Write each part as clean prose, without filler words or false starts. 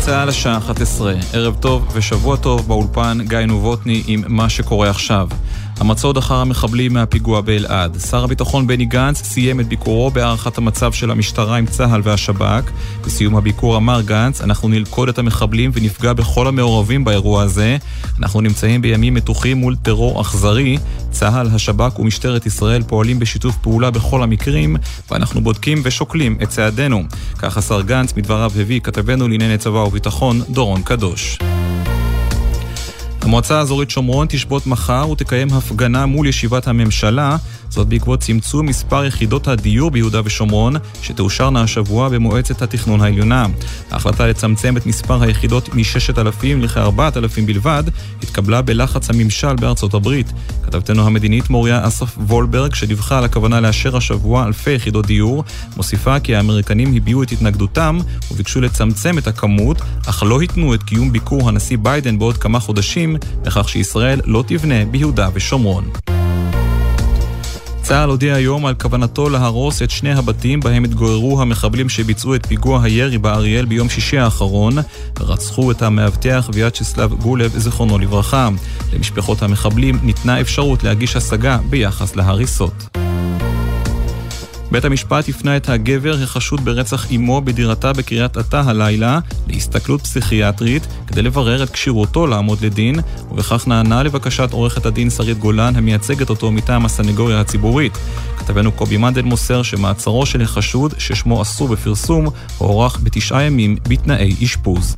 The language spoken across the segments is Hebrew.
צהל השעה 11, ערב טוב ושבוע טוב באולפן גיא נובוטני עם מה שקורה עכשיו. המצוד אחר המחבלים מהפיגוע באלעד. שר הביטחון בני גנץ סיים את ביקורו בהערכת המצב של המשטרה עם צהל והשב"כ. בסיום הביקור אמר גנץ, אנחנו נלכוד את המחבלים ונפגע בכל המעורבים באירוע הזה. אנחנו נמצאים בימים מתוחים מול טרור אכזרי. צהל, השב"כ ומשטרת ישראל פועלים בשיתוף פעולה בכל המקרים, ואנחנו בודקים ושוקלים את צעדינו. כך השר גנץ מדבריו הביא כתבנו לענייני צבא וביטחון דורון קדוש. המועצה האזורית שומרון תשבות מחר ותקיים הפגנה מול ישיבת הממשלה, זאת בעקבות צמצום מספר יחידות הדיור ביהודה ושומרון, שתאושרנה השבוע במועצת התכנון העליונה. ההחלטה לצמצם את מספר היחידות מ-6,000 לכ-4,000 בלבד, התקבלה בלחץ הממשל בארצות הברית. כתבתנו המדינית מוריה אסף וולברג, שדיווחה על הכוונה לאשר השבוע אלפי יחידות דיור, מוסיפה כי האמריקנים הביעו את התנגדותם וביקשו לצמצם את הכמות, אך לא התנו את קיום ביקור הנשיא ביידן בעוד כמה חודשים, לכך שישראל לא תבנה ביהודה ושומרון. צה"ל הודיע היום על כוונתו להרוס את שני הבתים בהם התגוררו המחבלים שביצעו את פיגוע הירי באריאל ביום שישי האחרון, רצחו את המאבטח ויאצ'סלב גולב זכרונו לברכה. למשפחות המחבלים ניתנה אפשרות להגיש השגה ביחס להריסות. בית המשפט הפנה את הגבר החשוד ברצח אמו בדירתה בקריית אתא הלילה להסתכלות פסיכיאטרית כדי לברר את כשירותו לעמוד לדין, ובכך נענה לבקשת עורכת הדין שרית גולן המייצגת אותו מטעם הסנגוריה הציבורית. כתבנו קובי מנדל מוסר שמעצרו של החשוד, ששמו אסור בפרסום, הוארך ב9 ימים בתנאי אשפוז.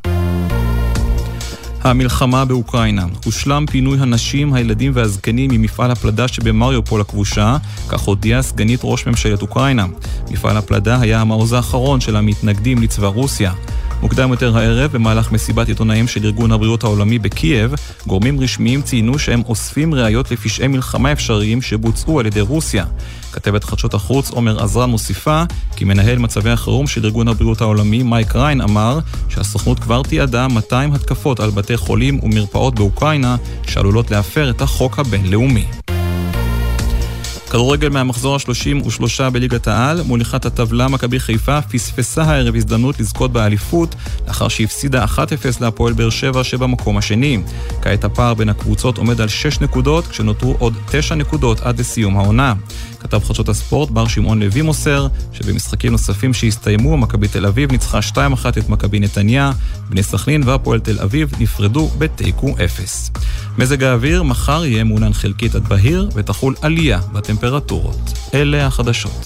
המלחמה באוקראינה. הושלם פינוי הנשים, הילדים והזקנים ממפעל הפלדה שבמריופול הכבושה, כך הודיעה סגנית ראש ממשלת אוקראינה. מפעל הפלדה היה המעוז האחרון של המתנגדים לצבא רוסיה. מוקדם יותר הערב, במהלך מסיבת עיתונאים של ארגון הבריאות העולמי בקייב, גורמים רשמיים ציינו שהם אוספים ראיות לפשעי מלחמה אפשריים שבוצעו על ידי רוסיה. כתבת חדשות החוץ עומר עזרן מוסיפה כי מנהל מצבי החירום של ארגון הבריאות העולמי מייק ריין אמר שהסוכנות כבר תיעדה 200 התקפות על בתי חולים ומרפאות באוקראינה שעלולות להפר את החוק הבינלאומי. כדורגל מהמחזור ה-33 בליגת העל, מוליכת הטבלה מכבי חיפה פספסה הערב הזדמנות לזכות באליפות, לאחר שהפסידה 1-0 להפועל באר שבע שבמקום השני. כעת הפער בין הקבוצות עומד על 6 נקודות, כשנותרו עוד 9 נקודות עד לסיום העונה. כתב חדשות הספורט בר שמעון לוי מוסר, שבמשחקים נוספים שהסתיימו, מכבי תל אביב ניצחה 2-1 את מכבי נתניה, בני סכנין והפועל תל אביב נפרדו בתיקו 0. מזג האוויר מחר יהיה מעונן חלקית עד בהיר, ותחול עלייה בטמפרטורות. אלה החדשות.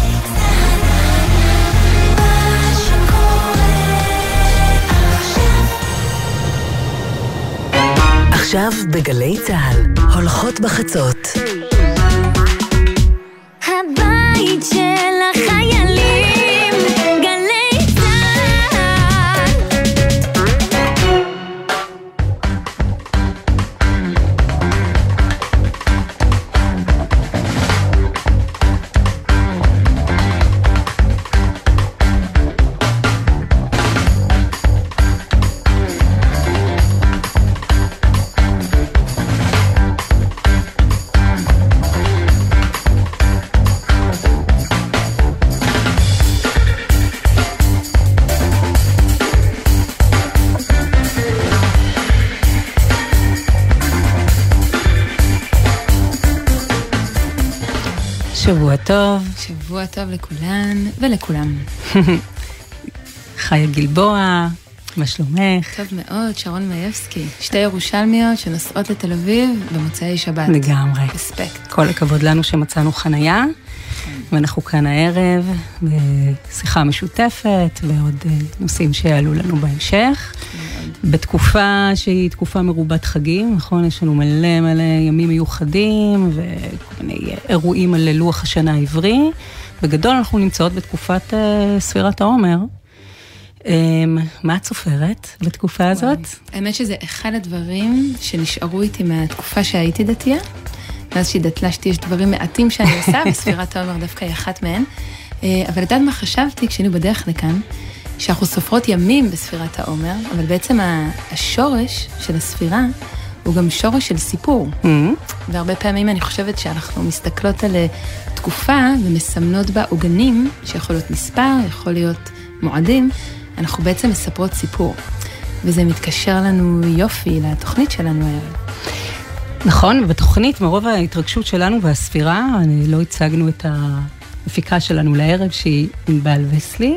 עכשיו בגלי צהל, הולכות בחצות. הבית של החיילים, גלי צהל. שבוע טוב. שבוע טוב לכולן ולכולם. חיה גלבוע, מה שלומך? טוב מאוד, שרון מייבסקי. שתי ירושלמיות שנוסעות לתל אביב במוצאי שבת. לגמרי. אספקט. כל הכבוד לנו שמצאנו חנייה, ואנחנו כאן הערב בשיחה משותפת ועוד נושאים שיעלו לנו בהמשך. בתקופה שהיא תקופה מרובת חגים, נכון? יש לנו מלא ימים מיוחדים וכל מיני אירועים על לוח השנה העברי. בגדול אנחנו נמצאות בתקופת ספירת העומר. מה את סופרת בתקופה הזאת? האמת שזה אחד הדברים שנשארו איתי מהתקופה שהייתי דתייה. מאז שהתדתלשתי יש דברים מעטים שאני עושה, וספירת העומר דווקא היא אחת מהן. אבל לדעת מה חשבתי כשהיינו בדרך לכאן, שאנחנו סופרות ימים בספירת העומר, אבל בעצם השורש של הספירה הוא גם שורש של סיפור. והרבה פעמים אני חושבת שאנחנו מסתכלות על תקופה ומסמנות בה עוגנים, שיכול להיות מספר, יכול להיות מועדים, אנחנו בעצם מספרות סיפור. וזה מתקשר לנו יופי לתוכנית שלנו היום. נכון, ובתוכנית מרוב ההתרגשות שלנו והספירה, לא הצגנו את המפיקה שלנו לערב שהיא ענבל וסלי.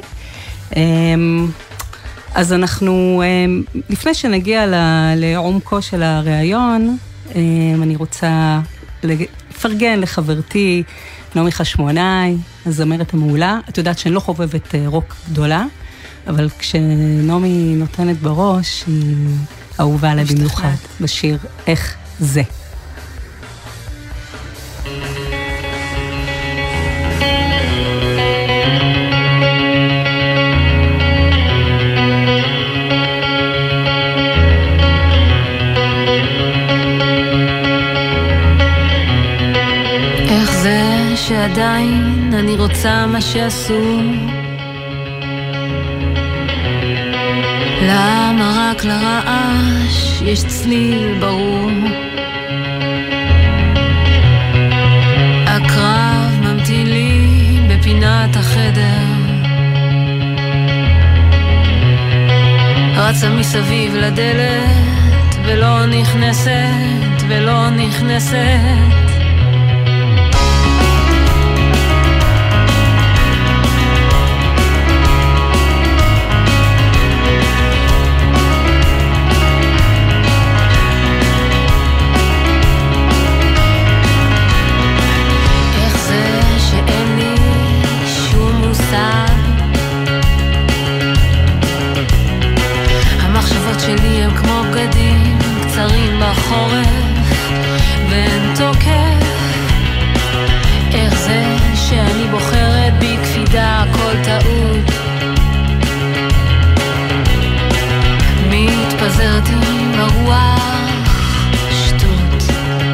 אז אנחנו, לפני שנגיע לעומקו של הרעיון, אני רוצה לפרגן לחברתי נעמי חשמונאי, הזמרת המעולה. את יודעת שאני לא חובבת רוק גדולה, אבל כשנעמי נותנת בראש, היא אהובה עליי במיוחד בשיר איך זה. איך זה שעדיין אני רוצה מה שעשו? למה רק לרעש יש צליל ברור? הקרב ממתין לי בפינת החדר, רצה מסביב לדלת ולא נכנסת ולא נכנסת. המחשבות שלי הם כמו בגדים קצרים בחורף ואין תוקף. איך זה שאני בוחרת בקפידה כל טעות, מתפזרת עם הרוח שטות.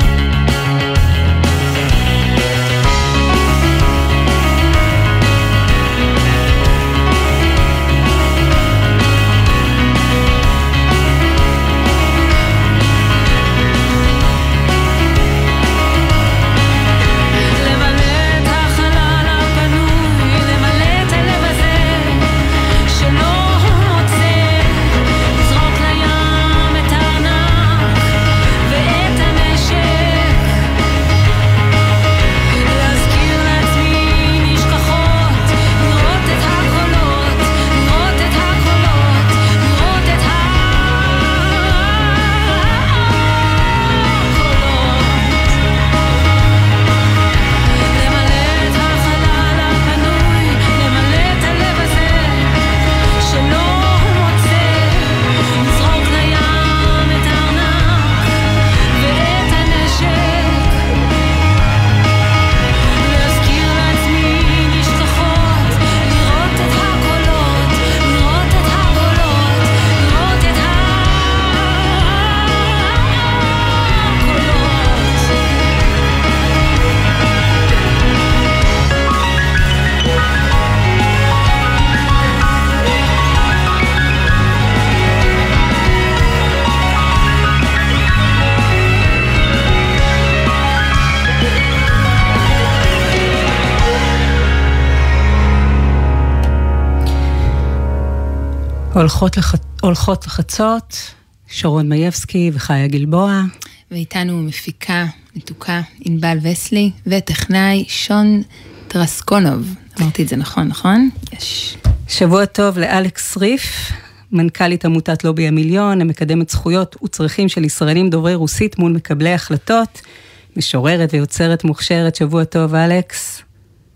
הולכות לחצות, שרון מייבסקי וחיה גלבוע. ואיתנו מפיקה מתוקה ענבל וסלי, וטכנאי שון טרסקונוב. אמרתי את זה נכון, נכון? יש. שבוע טוב לאלכס ריף, מנכ"לית עמותת לובי המיליון, המקדמת זכויות וצרכים של ישראלים דוברי רוסית מול מקבלי החלטות, משוררת ויוצרת מוכשרת. שבוע טוב, אלכס.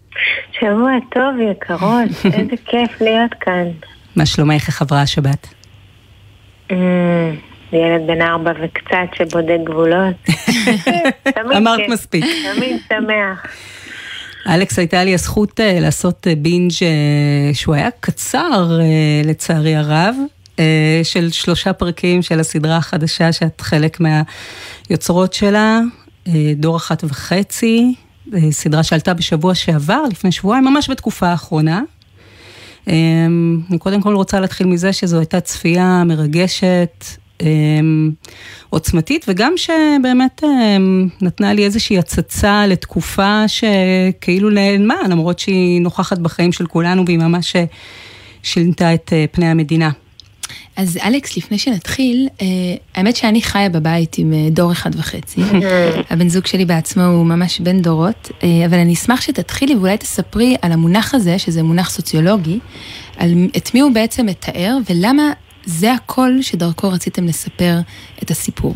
שבוע טוב, יקרות. איזה כיף להיות כאן. מה שלומך, איך עברה השבת? ילד בן 4 וקצת שבודק גבולות. אמרת מספיק. תמיד שמח. אלכס, הייתה לי הזכות לעשות בינג' שהוא היה קצר לצערי הרב, של 3 פרקים של הסדרה החדשה שאת חלק מהיוצרות שלה, דור 1.5, סדרה שעלתה בשבוע שעבר, לפני שבועיים, ממש בתקופה האחרונה. אני קודם כל רוצה להתחיל מזה שזו הייתה צפייה מרגשת, עוצמתית, וגם שבאמת נתנה לי איזושהי הצצה לתקופה שכאילו נעלמה, למרות שהיא נוכחת בחיים של כולנו, והיא ממש שינתה את פני המדינה. אז אלכס, לפני שנתחיל, האמת שאני חיה בבית עם דור 1.5. הבן זוג שלי בעצמו הוא ממש בן דורות, אבל אני אשמח שתתחילי ואולי תספרי על המונח הזה, שזה מונח סוציולוגי, על את מי הוא בעצם מתאר, ולמה זה הכל שדרכו רציתם לספר את הסיפור.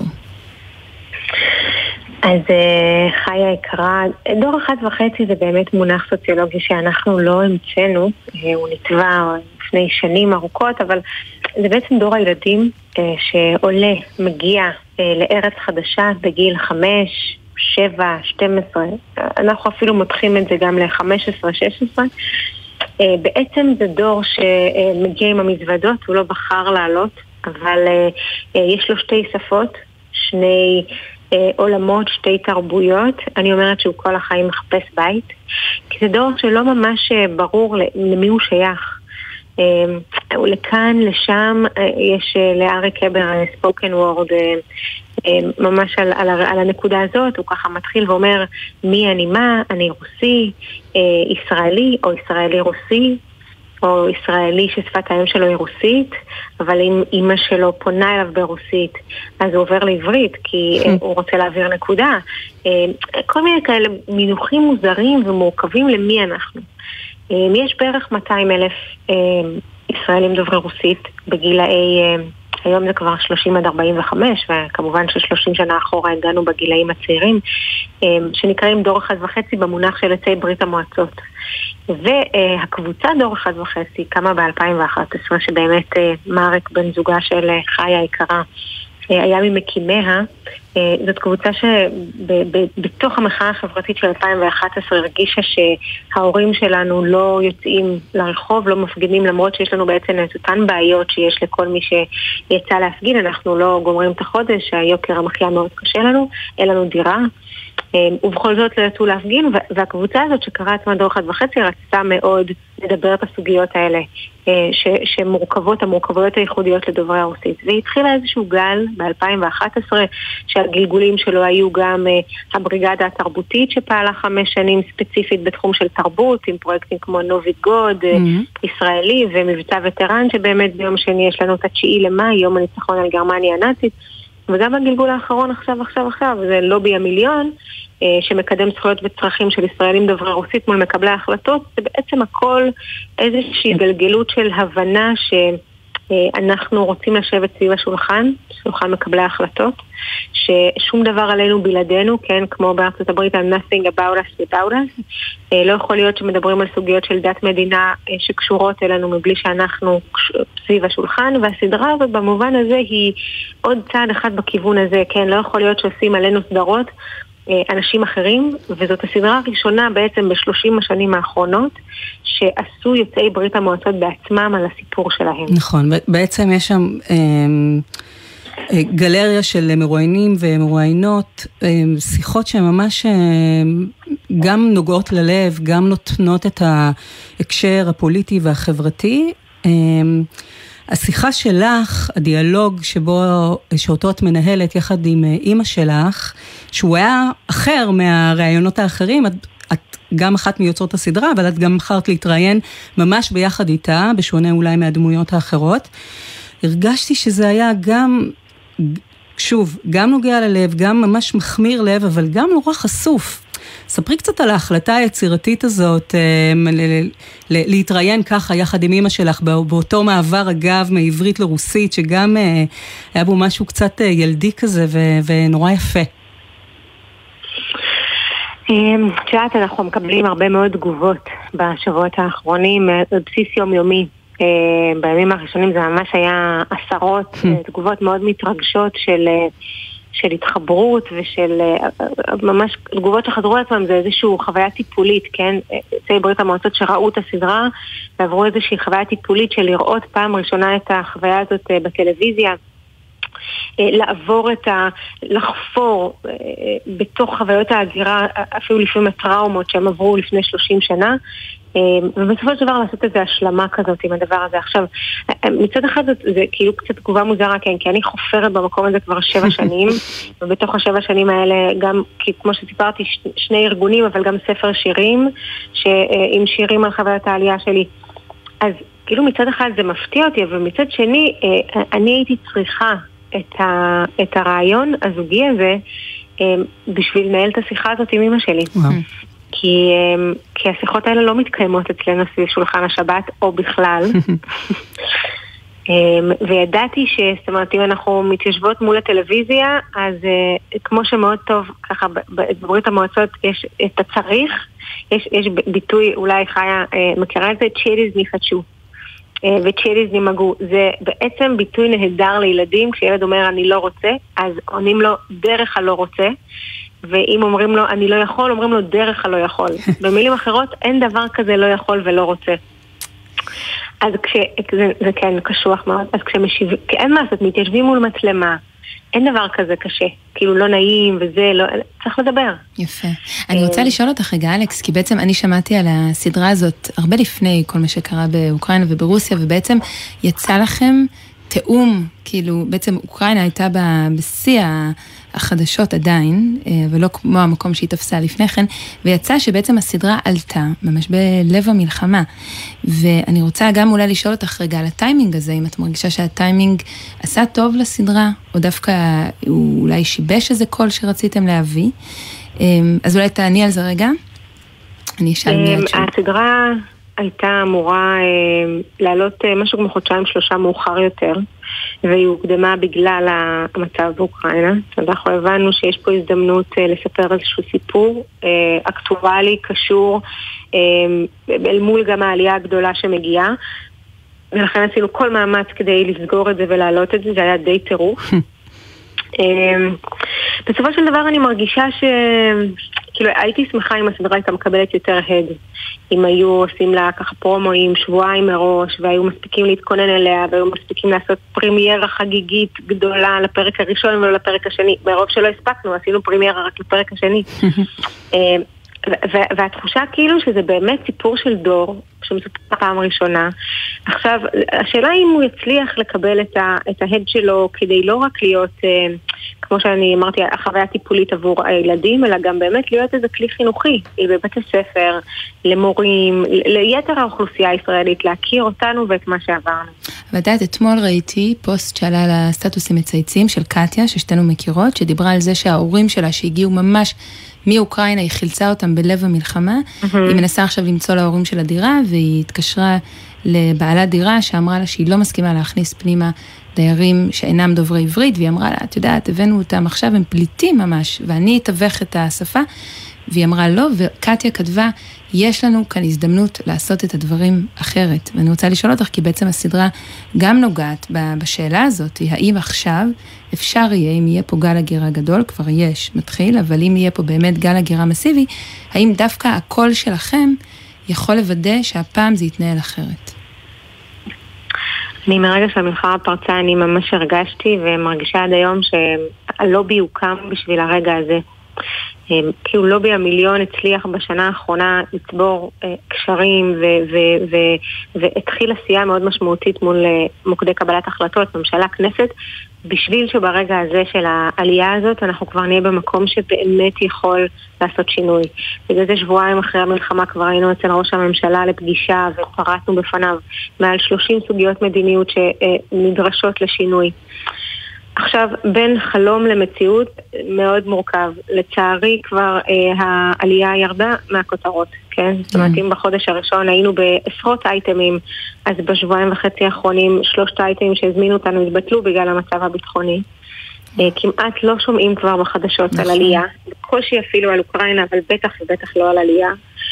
אז חיה יקרה, דור 1.5 זה באמת מונח סוציולוגי שאנחנו לא המצאנו, הוא נטבע לפני שנים ארוכות, אבל זה בעצם דור הילדים שעולה, מגיע לארץ חדשה בגיל 5, 7, 12, אנחנו אפילו מותחים את זה גם ל-15, 16, בעצם זה דור שמגיע עם המזוודות, הוא לא בחר לעלות, אבל יש לו שתי שפות, שני עולמות, שתי תרבויות. אני אומרת שהוא כל החיים מחפש בית, כי זה דור שלא ממש ברור למי הוא שייך. לכאן, לשם, יש לארי קבר ספוקן וורד ממש על הנקודה הזאת, הוא ככה מתחיל ואומר מי אני, מה, אני רוסי, ישראלי או ישראלי רוסי, או ישראלי ששפת האם שלו היא רוסית, אבל אם אמא שלו פונה אליו ברוסית, אז הוא עובר לעברית, כי הוא רוצה להעביר נקודה. כל מיני כאלה מינוחים מוזרים ומורכבים למי אנחנו. יש בערך 200,000 ישראלים דוברי רוסית בגילאי, היום זה כבר 30 עד 45, וכמובן ש30 שנה אחורה הגענו בגילאים הצעירים, שנקראים דור 1.5 במונח של יוצאי ברית המועצות. והקבוצה דור 1.5 קמה ב-2011, שבאמת מרק בן זוגה של חיה יקרה היה ממקימיה. זאת קבוצה שבתוך המחאה החברתית של 2011 הרגישה שההורים שלנו לא יוצאים לרחוב, לא מפגינים, למרות שיש לנו בעצם את אותן בעיות שיש לכל מי שיצא להפגין. אנחנו לא גומרים את החודש, היוקר המחיה מאוד קשה לנו, אין לנו דירה, ובכל זאת לא יצאו להפגין, והקבוצה הזאת שקראה עצמה דור 1.5 רצתה מאוד לדבר את הסוגיות האלה שמורכבות, המורכבויות הייחודיות לדוברי הרוסית. והתחילה איזשהו גל ב-2011 שהגלגולים שלו היו גם הבריגדה התרבותית שפעלה 5 שנים ספציפית בתחום של תרבות, עם פרויקטים כמו נוביד גוד, ישראלי, ומבצע וטרן שבאמת ביום שני יש לנו את 9 למאי, יום הניצחון על גרמניה הנאצית. וגם הגלגול האחרון עכשיו, זה לובי המיליון, שמקדם זכויות וצרכים של ישראלים דוברי רוסית מול מקבלי ההחלטות. זה בעצם הכל איזושהי גלגלות של הבנה שאנחנו רוצים לשבת סביב השולחן, שולחן מקבלי ההחלטות, ששום דבר עלינו בלעדינו, כן, כמו בארצות הברית, nothing about us without us. לא יכול להיות שמדברים על סוגיות של דת מדינה שקשורות אלינו מבלי שאנחנו סביב השולחן, והסדרה הזאת במובן הזה היא עוד צעד אחד בכיוון הזה, כן, לא יכול להיות שעושים עלינו סדרות אנשים אחרים, וזאת הסדרה הראשונה בעצם ב30 השנים האחרונות שעשו יוצאי ברית המועצות בעצמם על הסיפור שלהם. נכון, בעצם יש שם גלריה של מרואיינים ומרואיינות, שיחות שממש גם נוגעות ללב, גם נותנות את ההקשר הפוליטי והחברתי. השיחה שלך, הדיאלוג שאותו את מנהלת יחד עם אמא שלך, שהוא היה אחר מהרעיונות האחרים, את גם אחת מיוצרות הסדרה, אבל את גם בחרת להתראיין ממש ביחד איתה, בשונה אולי מהדמויות האחרות. הרגשתי שזה היה גם, שוב, גם נוגע ללב, גם ממש מחמיר לב, אבל גם נורא חשוף. ספרי קצת על ההחלטה היצירתית הזאת, להתראיין ככה יחד עם אמא שלך, באותו מעבר אגב מעברית לרוסית, שגם היה בו משהו קצת ילדי כזה ונורא יפה. תשעת, אנחנו מקבלים הרבה מאוד תגובות בשבועות האחרונים, על בסיס יומיומי. בימים הראשונים זה ממש היה עשרות תגובות מאוד מתרגשות של התחברות ושל ממש תגובות שחזרו לעצמם. זה איזושהי חוויה טיפולית, כן? יוצאי ברית המועצות שראו את הסדרה ועברו איזושהי חוויה טיפולית של לראות פעם ראשונה את החוויה הזאת בטלוויזיה, לעבור לחפור בתוך חוויות ההגירה, אפילו לפעמים הטראומות שהם עברו לפני 30 שנה, ובסופו של דבר לעשות איזו השלמה כזאת עם הדבר הזה. עכשיו, מצד אחד זה כאילו קצת תגובה מוזרה, כן, כי אני חופרת במקום הזה כבר 7 שנים, ובתוך ה7 שנים האלה גם, כמו שסיפרתי, 2 ארגונים, אבל גם ספר שירים, עם שירים על חוויית העלייה שלי. אז כאילו מצד אחד זה מפתיע אותי, אבל מצד שני, אני הייתי צריכה את הרעיון הזוגי הזה, בשביל לנהל את השיחה הזאת עם אמא שלי. כי השיחות האלה לא מתקיימות אצלנו סביב שולחן השבת, או בכלל. וידעתי זאת אומרת, אם אנחנו מתיישבות מול הטלוויזיה, אז כמו שמאוד טוב, ככה, בברית המועצות יש את הצריך, יש ביטוי, אולי חיה מכירה את זה, צ'יריז ניחדשו. וצ'יריז נימגו. זה בעצם ביטוי נהדר לילדים, כשילד אומר אני לא רוצה, אז עונים לו דרך הלא רוצה, ואם אומרים לו אני לא יכול, אומרים לו דרך הלא יכול. במילים אחרות, אין דבר כזה לא יכול ולא רוצה. אז זה כן קשוח מאוד, אז אין מה לעשות, מתיישבים מול מצלמה, אין דבר כזה קשה, כאילו לא נעים וזה, לא, צריך לדבר. יפה. אני רוצה לשאול אותך רגע, אלכס, כי בעצם אני שמעתי על הסדרה הזאת הרבה לפני כל מה שקרה באוקראינה וברוסיה, ובעצם יצא לכם תאום, כאילו בעצם אוקראינה הייתה בשיא החדשות עדיין, ולא כמו המקום שהיא תפסה לפני כן, ויצא שבעצם הסדרה עלתה, ממש בלב המלחמה. ואני רוצה גם אולי לשאול אותך רגע על הטיימינג הזה, אם את מרגישה שהטיימינג עשה טוב לסדרה, או דווקא הוא אולי שיבש איזה קול שרציתם להביא. אז אולי תעני על זה רגע. אני אשאל מיד שם. הסדרה הייתה אמורה לעלות משהו כמו 2-3 מאוחר יותר, והיא הוקדמה בגלל המצב באוקראינה. אנחנו הבנו שיש פה הזדמנות לספר איזשהו סיפור אקטואלי, קשור, אל מול גם העלייה הגדולה שמגיעה, ולכן עשינו כל מאמץ כדי לסגור את זה ולהעלות את זה, זה היה די טירוף. בסופו של דבר אני מרגישה כאילו הייתי שמחה אם הסדרה הייתה מקבלת יותר הד, אם היו עושים לה ככה פרומואים שבועיים מראש, והיו מספיקים להתכונן אליה, והיו מספיקים לעשות פרימיירה חגיגית גדולה לפרק הראשון ולא לפרק השני. ברוב שלא הספקנו, עשינו פרימיירה רק לפרק השני. והתחושה כאילו שזה באמת סיפור של דור שמסופר פעם ראשונה. עכשיו, השאלה אם הוא יצליח לקבל את ההד שלו כדי לא רק להיות, כמו שאני אמרתי, החוויה טיפולית עבור הילדים, אלא גם באמת להיות איזה כלי חינוכי בבית הספר, למורים, ליתר האוכלוסייה הישראלית, להכיר אותנו ואת מה שעברנו. ודעת, אתמול ראיתי פוסט שעלה על הסטטוסים מצייצים של קטיה, ששתינו מכירות, שדיברה על זה שההורים שלה שהגיעו ממש מאוקראינה, היא חילצה אותם בלב המלחמה, היא מנסה עכשיו למצוא להורים של הדירה, והיא התקשרה לבעלת דירה שאמרה לה שהיא לא מסכימה להכניס פנימה דיירים שאינם דוברי עברית, והיא אמרה לה, את יודעת, הבאנו אותם עכשיו, הם פליטים ממש, ואני אתווך את השפה, והיא אמרה לא, וקטיה כתבה, יש לנו כאן הזדמנות לעשות את הדברים אחרת. ואני רוצה לשאול אותך, כי בעצם הסדרה גם נוגעת בשאלה הזאת, האם עכשיו אפשר יהיה, אם יהיה פה גל הגירה גדול, כבר יש, מתחיל, אבל אם יהיה פה באמת גל הגירה מסיבי, האם דווקא הקול שלכם יכול לוודא שהפעם זה יתנהל אחרת? אני מרגע שהמלחמה פרצה, אני ממש הרגשתי ומרגישה עד היום שהלובי הוקם בשביל הרגע הזה. כאילו לובי המיליון הצליח בשנה האחרונה לצבור קשרים והתחיל עשייה מאוד משמעותית מול מוקדי קבלת החלטות, ממשלה, כנסת, בשביל שברגע הזה של העלייה הזאת אנחנו כבר נהיה במקום שבאמת יכול לעשות שינוי. בגלל זה שבועיים אחרי המלחמה כבר היינו אצל ראש הממשלה לפגישה ופרטנו בפניו מעל 30 סוגיות מדיניות שנדרשות לשינוי. עכשיו, בין חלום למציאות מאוד מורכב. לצערי כבר העלייה ירדה מהכותרות, כן? זאת אומרת, אם בחודש הראשון היינו בעשרות אייטמים, אז בשבועיים וחצי האחרונים 3 אייטמים שהזמינו אותנו התבטלו בגלל המצב הביטחוני. כמעט לא שומעים כבר בחדשות על עלייה. בקושי אפילו על אוקראינה, אבל בטח ובטח לא על עלייה.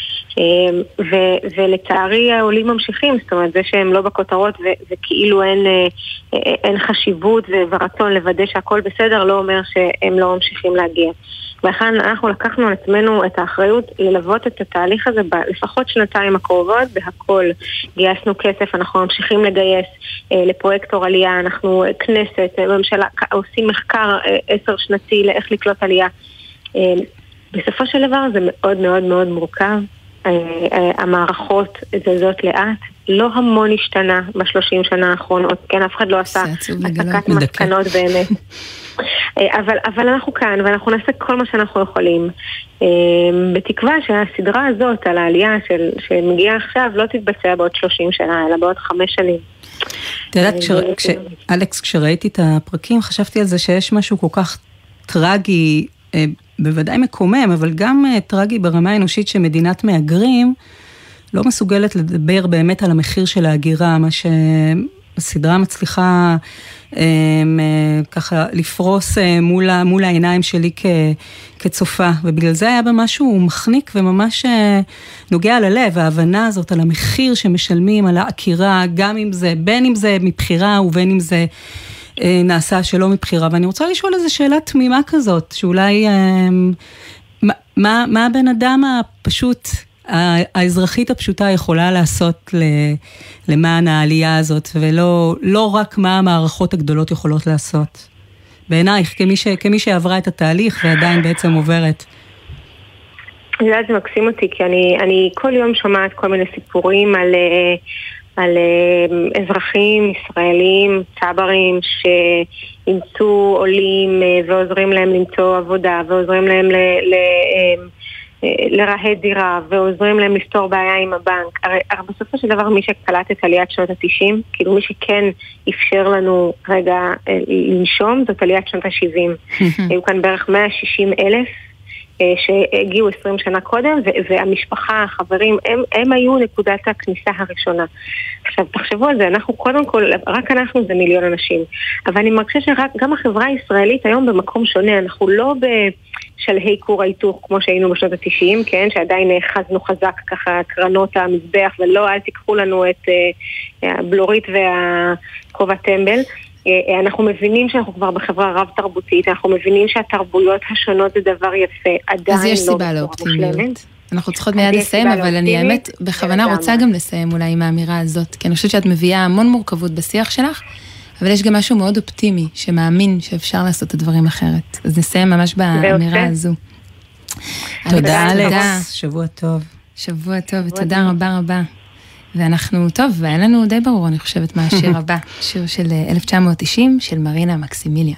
ולצערי העולים ממשיכים, זאת אומרת זה שהם לא בכותרות וכאילו אין חשיבות ורצון לוודא שהכל בסדר לא אומר שהם לא ממשיכים להגיע. ולכן אנחנו לקחנו על עצמנו את האחריות ללוות את התהליך הזה לפחות 2 הקרובות בהכל. גייסנו כסף, אנחנו ממשיכים לגייס לפרויקטור עלייה, אנחנו כנסת, ממשלה, עושים מחקר 10 שנתי לאיך לקלוט עלייה. בסופו של דבר זה מאוד מאוד מאוד מורכב. המערכות זזות לאט, לא המון השתנה ב30 שנה האחרונות, כן, אף אחד לא עשה הסקת מסקנות באמת. אבל אנחנו כאן, ואנחנו נעשה כל מה שאנחנו יכולים. בתקווה שהסדרה הזאת על העלייה שמגיעה עכשיו לא תתבצע בעוד 30 שנה, אלא בעוד 5 שנים. אתה יודעת, אלכס, כשראיתי את הפרקים, חשבתי על זה שיש משהו כל כך טרגי, בוודאי מקומם, אבל גם טרגי ברמה האנושית שמדינת מהגרים לא מסוגלת לדבר באמת על המחיר של ההגירה, מה שהסדרה מצליחה ככה לפרוס מול העיניים שלי כצופה, ובגלל זה היה במשהו מחניק וממש נוגע ללב, ההבנה הזאת על המחיר שמשלמים על העקירה, גם אם זה, בין אם זה מבחירה ובין אם זה נעשה שלא מבחירה, ואני רוצה לשאול איזו שאלה תמימה כזאת, שאולי מה הבן אדם הפשוט, האזרחית הפשוטה יכולה לעשות למען העלייה הזאת, ולא רק מה המערכות הגדולות יכולות לעשות. בעינייך, כמי שעברה את התהליך ועדיין בעצם עוברת. זה מקסים אותי, כי אני כל יום שומעת כל מיני סיפורים על אזרחים ישראלים, צברים, שימצאו עולים ועוזרים להם למצוא עבודה, ועוזרים להם לרהט דירה, ועוזרים להם לפתור בעיה עם הבנק. הרי בסופו של דבר מי שקלט את עליית שנות ה-90, כאילו מי שכן אפשר לנו רגע לנשום, זאת עליית שנות ה-70. היו כאן בערך 160,000 שהגיעו 20 שנה קודם, והמשפחה, החברים, הם היו נקודת הכניסה הראשונה. עכשיו, תחשבו על זה, אנחנו קודם כל, רק אנחנו זה 1,000,000 אנשים, אבל אני מרגישה שגם החברה הישראלית היום במקום שונה, אנחנו לא בשלהי כור ההיתוך כמו שהיינו בשנות ה-90, כן, שעדיין חזנו חזק ככה קרנות המזבח, ולא, אל תיקחו לנו את הבלורית והכובע טמבל. אנחנו מבינים שאנחנו כבר בחברה רב תרבותית, אנחנו מבינים שהתרבויות השונות זה דבר יפה, עדיין אז יש סיבה לאופטימיות. אנחנו צריכות מיד לסיים, אבל אני האמת בכוונה רוצה גם לסיים אולי עם האמירה הזאת, כי אני חושבת שאת מביאה המון מורכבות בשיח שלך, אבל יש גם משהו מאוד אופטימי, שמאמין שאפשר לעשות את הדברים אחרת. אז נסיים ממש באמירה הזו. תודה אלכס, שבוע טוב. שבוע טוב, ותודה רבה רבה. ואנחנו, טוב, והיה לנו די ברור, אני חושבת, מה השיר הבא, שיר של 1990, של מרינה מקסימיליאן.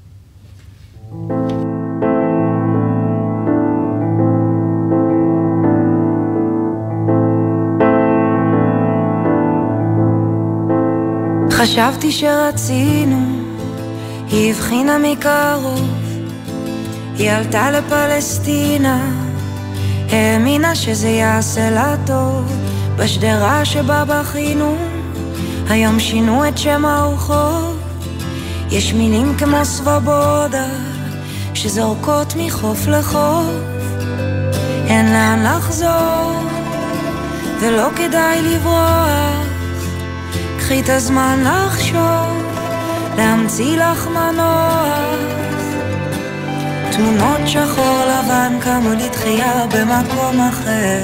חשבתי שרצינו, היא הבחינה מקרוב, היא עלתה לפלסטינה, האמינה שזה יעשה לה טוב, בשדרה שבה בכינו, היום שינו את שם הרחוב, יש מילים כמו סבבודה, שזורקות מחוף לחוף, אין לאן לחזור, ולא כדאי לברוח, קחי את הזמן לחשוב, להמציא לך מנוח, תמונות שחור לבן כמו לתחייה במקום אחר,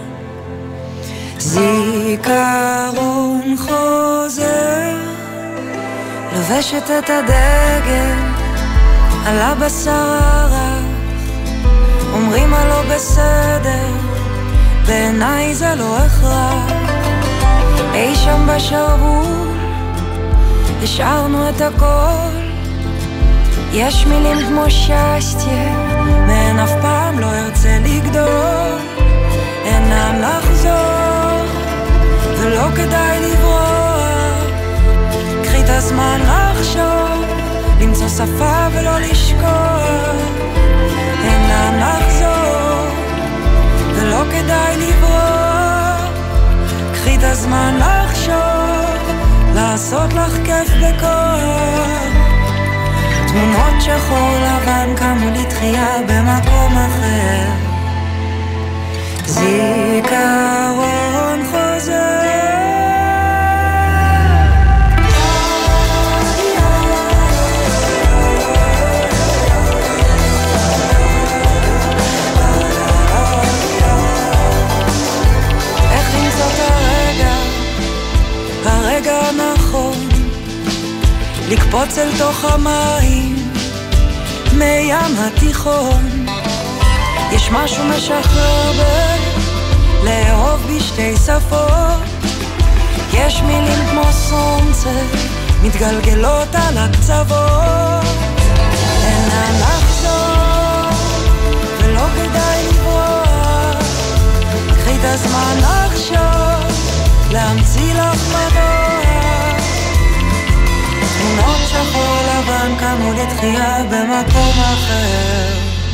זיכרון חוזר, לובשת את הדגל על הבשר הרך, אומרים הלא בסדר, בעיניי זה לא הכרח, אי שם בשרבול השארנו את הכל, יש מילים כמו שסטיה, מהן אף פעם לא ארצה לגדול, אינם לחזור ולא כדאי לברוח, קחי את הזמן לחשוב, למצוא שפה ולא לשכוח, אינם לחזור ולא כדאי לברוח, קחי את הזמן לחשוב, לעשות לך כיף בכוח, תמונות שחור לבן כמו לתחייה במקום אחר, זיכרון חוזר, איך למצוא את הרגע הנכון, לקפוץ אל תוך המים מים התיכון, יש משהו משחרר לאהוב בשתי שפות, יש מילים כמו סונצה מתגלגלות על הקצוות, אין לחזור, ולא כדאי לברוח, קחי את הזמן לחשוב, להמציא לך מדוע, תמונות שחור לבן כמו לתחייה במקום אחר.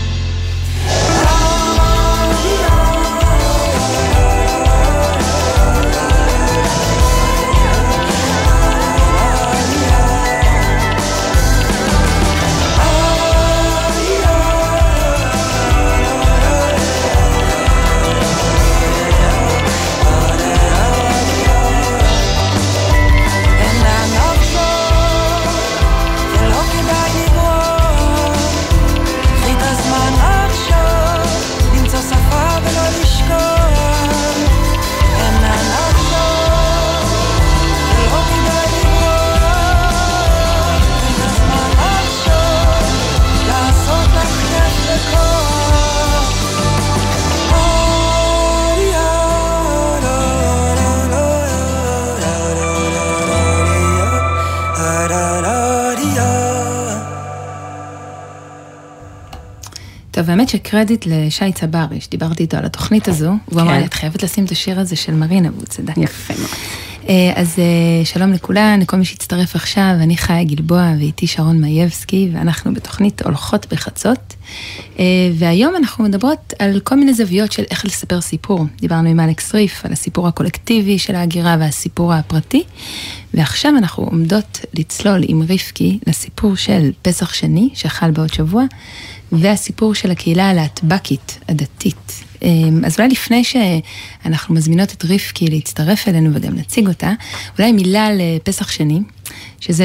טוב, האמת שקרדיט לשי צברי, שדיברתי איתו על התוכנית הזו, הוא אמר לי, את חייבת לשים את השיר הזה של מרינה, והוא צדק. יפה מאוד. אז שלום לכולן, לכל מי שהצטרף עכשיו, אני חיה גלבוע ואיתי שרון מייבסקי, ואנחנו בתוכנית הולכות בחצות, והיום אנחנו מדברות על כל מיני זוויות של איך לספר סיפור. דיברנו עם אלכס ריף על הסיפור הקולקטיבי של ההגירה והסיפור הפרטי, ועכשיו אנחנו עומדות לצלול עם רבקי לסיפור של פסח שני, שחל בעוד שבוע, והסיפור של הקהילה הלהטבקית, הדתית. אז אולי לפני שאנחנו מזמינות את רבקי להצטרף אלינו וגם נציג אותה, אולי מילה על פסח שני, שזה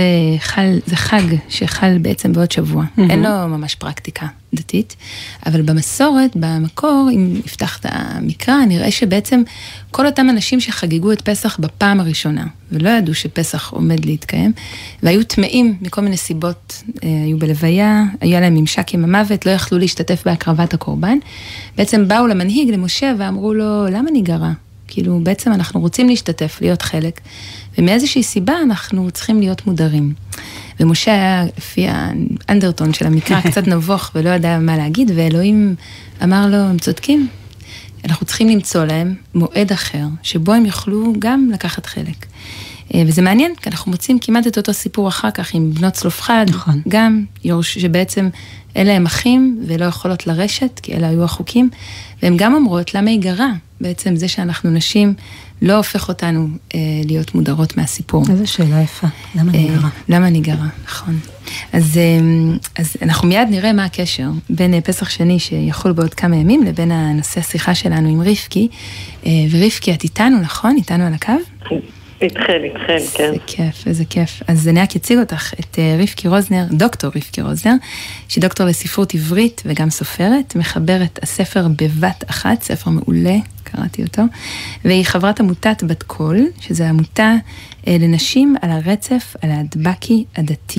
חג שחל בעצם בעוד שבוע. אין לו ממש פרקטיקה דתית, אבל במסורת, במקור, אם נפתח את המקרא, נראה שבעצם כל אותם אנשים שחגגו את פסח בפעם הראשונה, ולא ידעו שפסח עומד להתקיים, והיו טמאים מכל מיני סיבות, היו בלוויה, היה להם ממשק עם המוות, לא יכלו להשתתף בהקרבת הקורבן, בעצם באו למנהיג, למשה, ואמרו לו, למה ניגרע? כאילו, בעצם אנחנו רוצים להשתתף, להיות חלק, ומאיזושהי סיבה אנחנו צריכים להיות מודרים. ומשה היה לפי האנדרטון של המקרא קצת נבוך ולא ידע מה להגיד, ואלוהים אמר לו, הם צודקים, אנחנו צריכים למצוא להם מועד אחר, שבו הם יוכלו גם לקחת חלק. וזה מעניין, כי אנחנו מוצאים כמעט את אותו סיפור אחר כך עם בנות צלופחד, נכון. גם יורש, שבעצם אלה הם אחים ולא יכולות לרשת, כי אלה היו החוקים, והם גם אומרות למה היא גרה, בעצם זה שאנחנו נשים לא הופך אותנו להיות מודרות מהסיפור. איזו שאלה יפה, למה אני גרה? למה אני גרה, נכון. אז אנחנו מיד נראה מה הקשר בין פסח שני שיכול בעוד כמה ימים, לבין הנושא השיחה שלנו עם רבקי, ורבקי את איתנו, נכון? איתנו על הקו? איתכן, כן. איזה כיף. אז אני רק אציג אותך את רבקי רוזנר, דוקטור רבקי רוזנר, שהיא דוקטור לספרות עברית וגם סופרת, מחברת הספר בבת אחת, ספר מעולה, קראתי אותו, והיא חברת עמותת בת קול, שזו עמותה לנשים על הרצף הלהטבקי הדתי.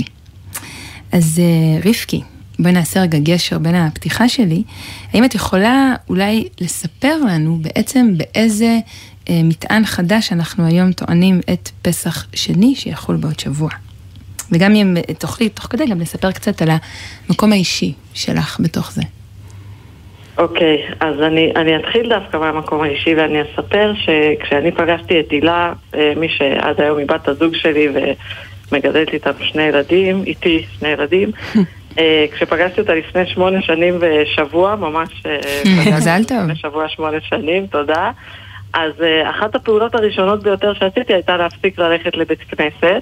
אז רבקי, בואי נעשה רגע גשר בין הפתיחה שלי, האם את יכולה אולי לספר לנו בעצם באיזה מטען חדש אנחנו היום טוענים את פסח שני שיכול בעוד שבוע. וגם אם תוכלי תוך כדי גם לספר קצת על המקום האישי שלך בתוך זה. אוקיי, אז אני אתחיל דווקא מהמקום האישי ואני אספר שכשאני פגשתי את הילה, מי שעד היום היא בת הזוג שלי ומגדלת איתם איתי שני ילדים, כשפגשתי אותה לפני 8 שנים ושבוע, ממש מזל טוב. לפני שבוע 8 שנים, תודה. אז אחת הפעולות הראשונות ביותר שעשיתי הייתה להפסיק ללכת לבית כנסת.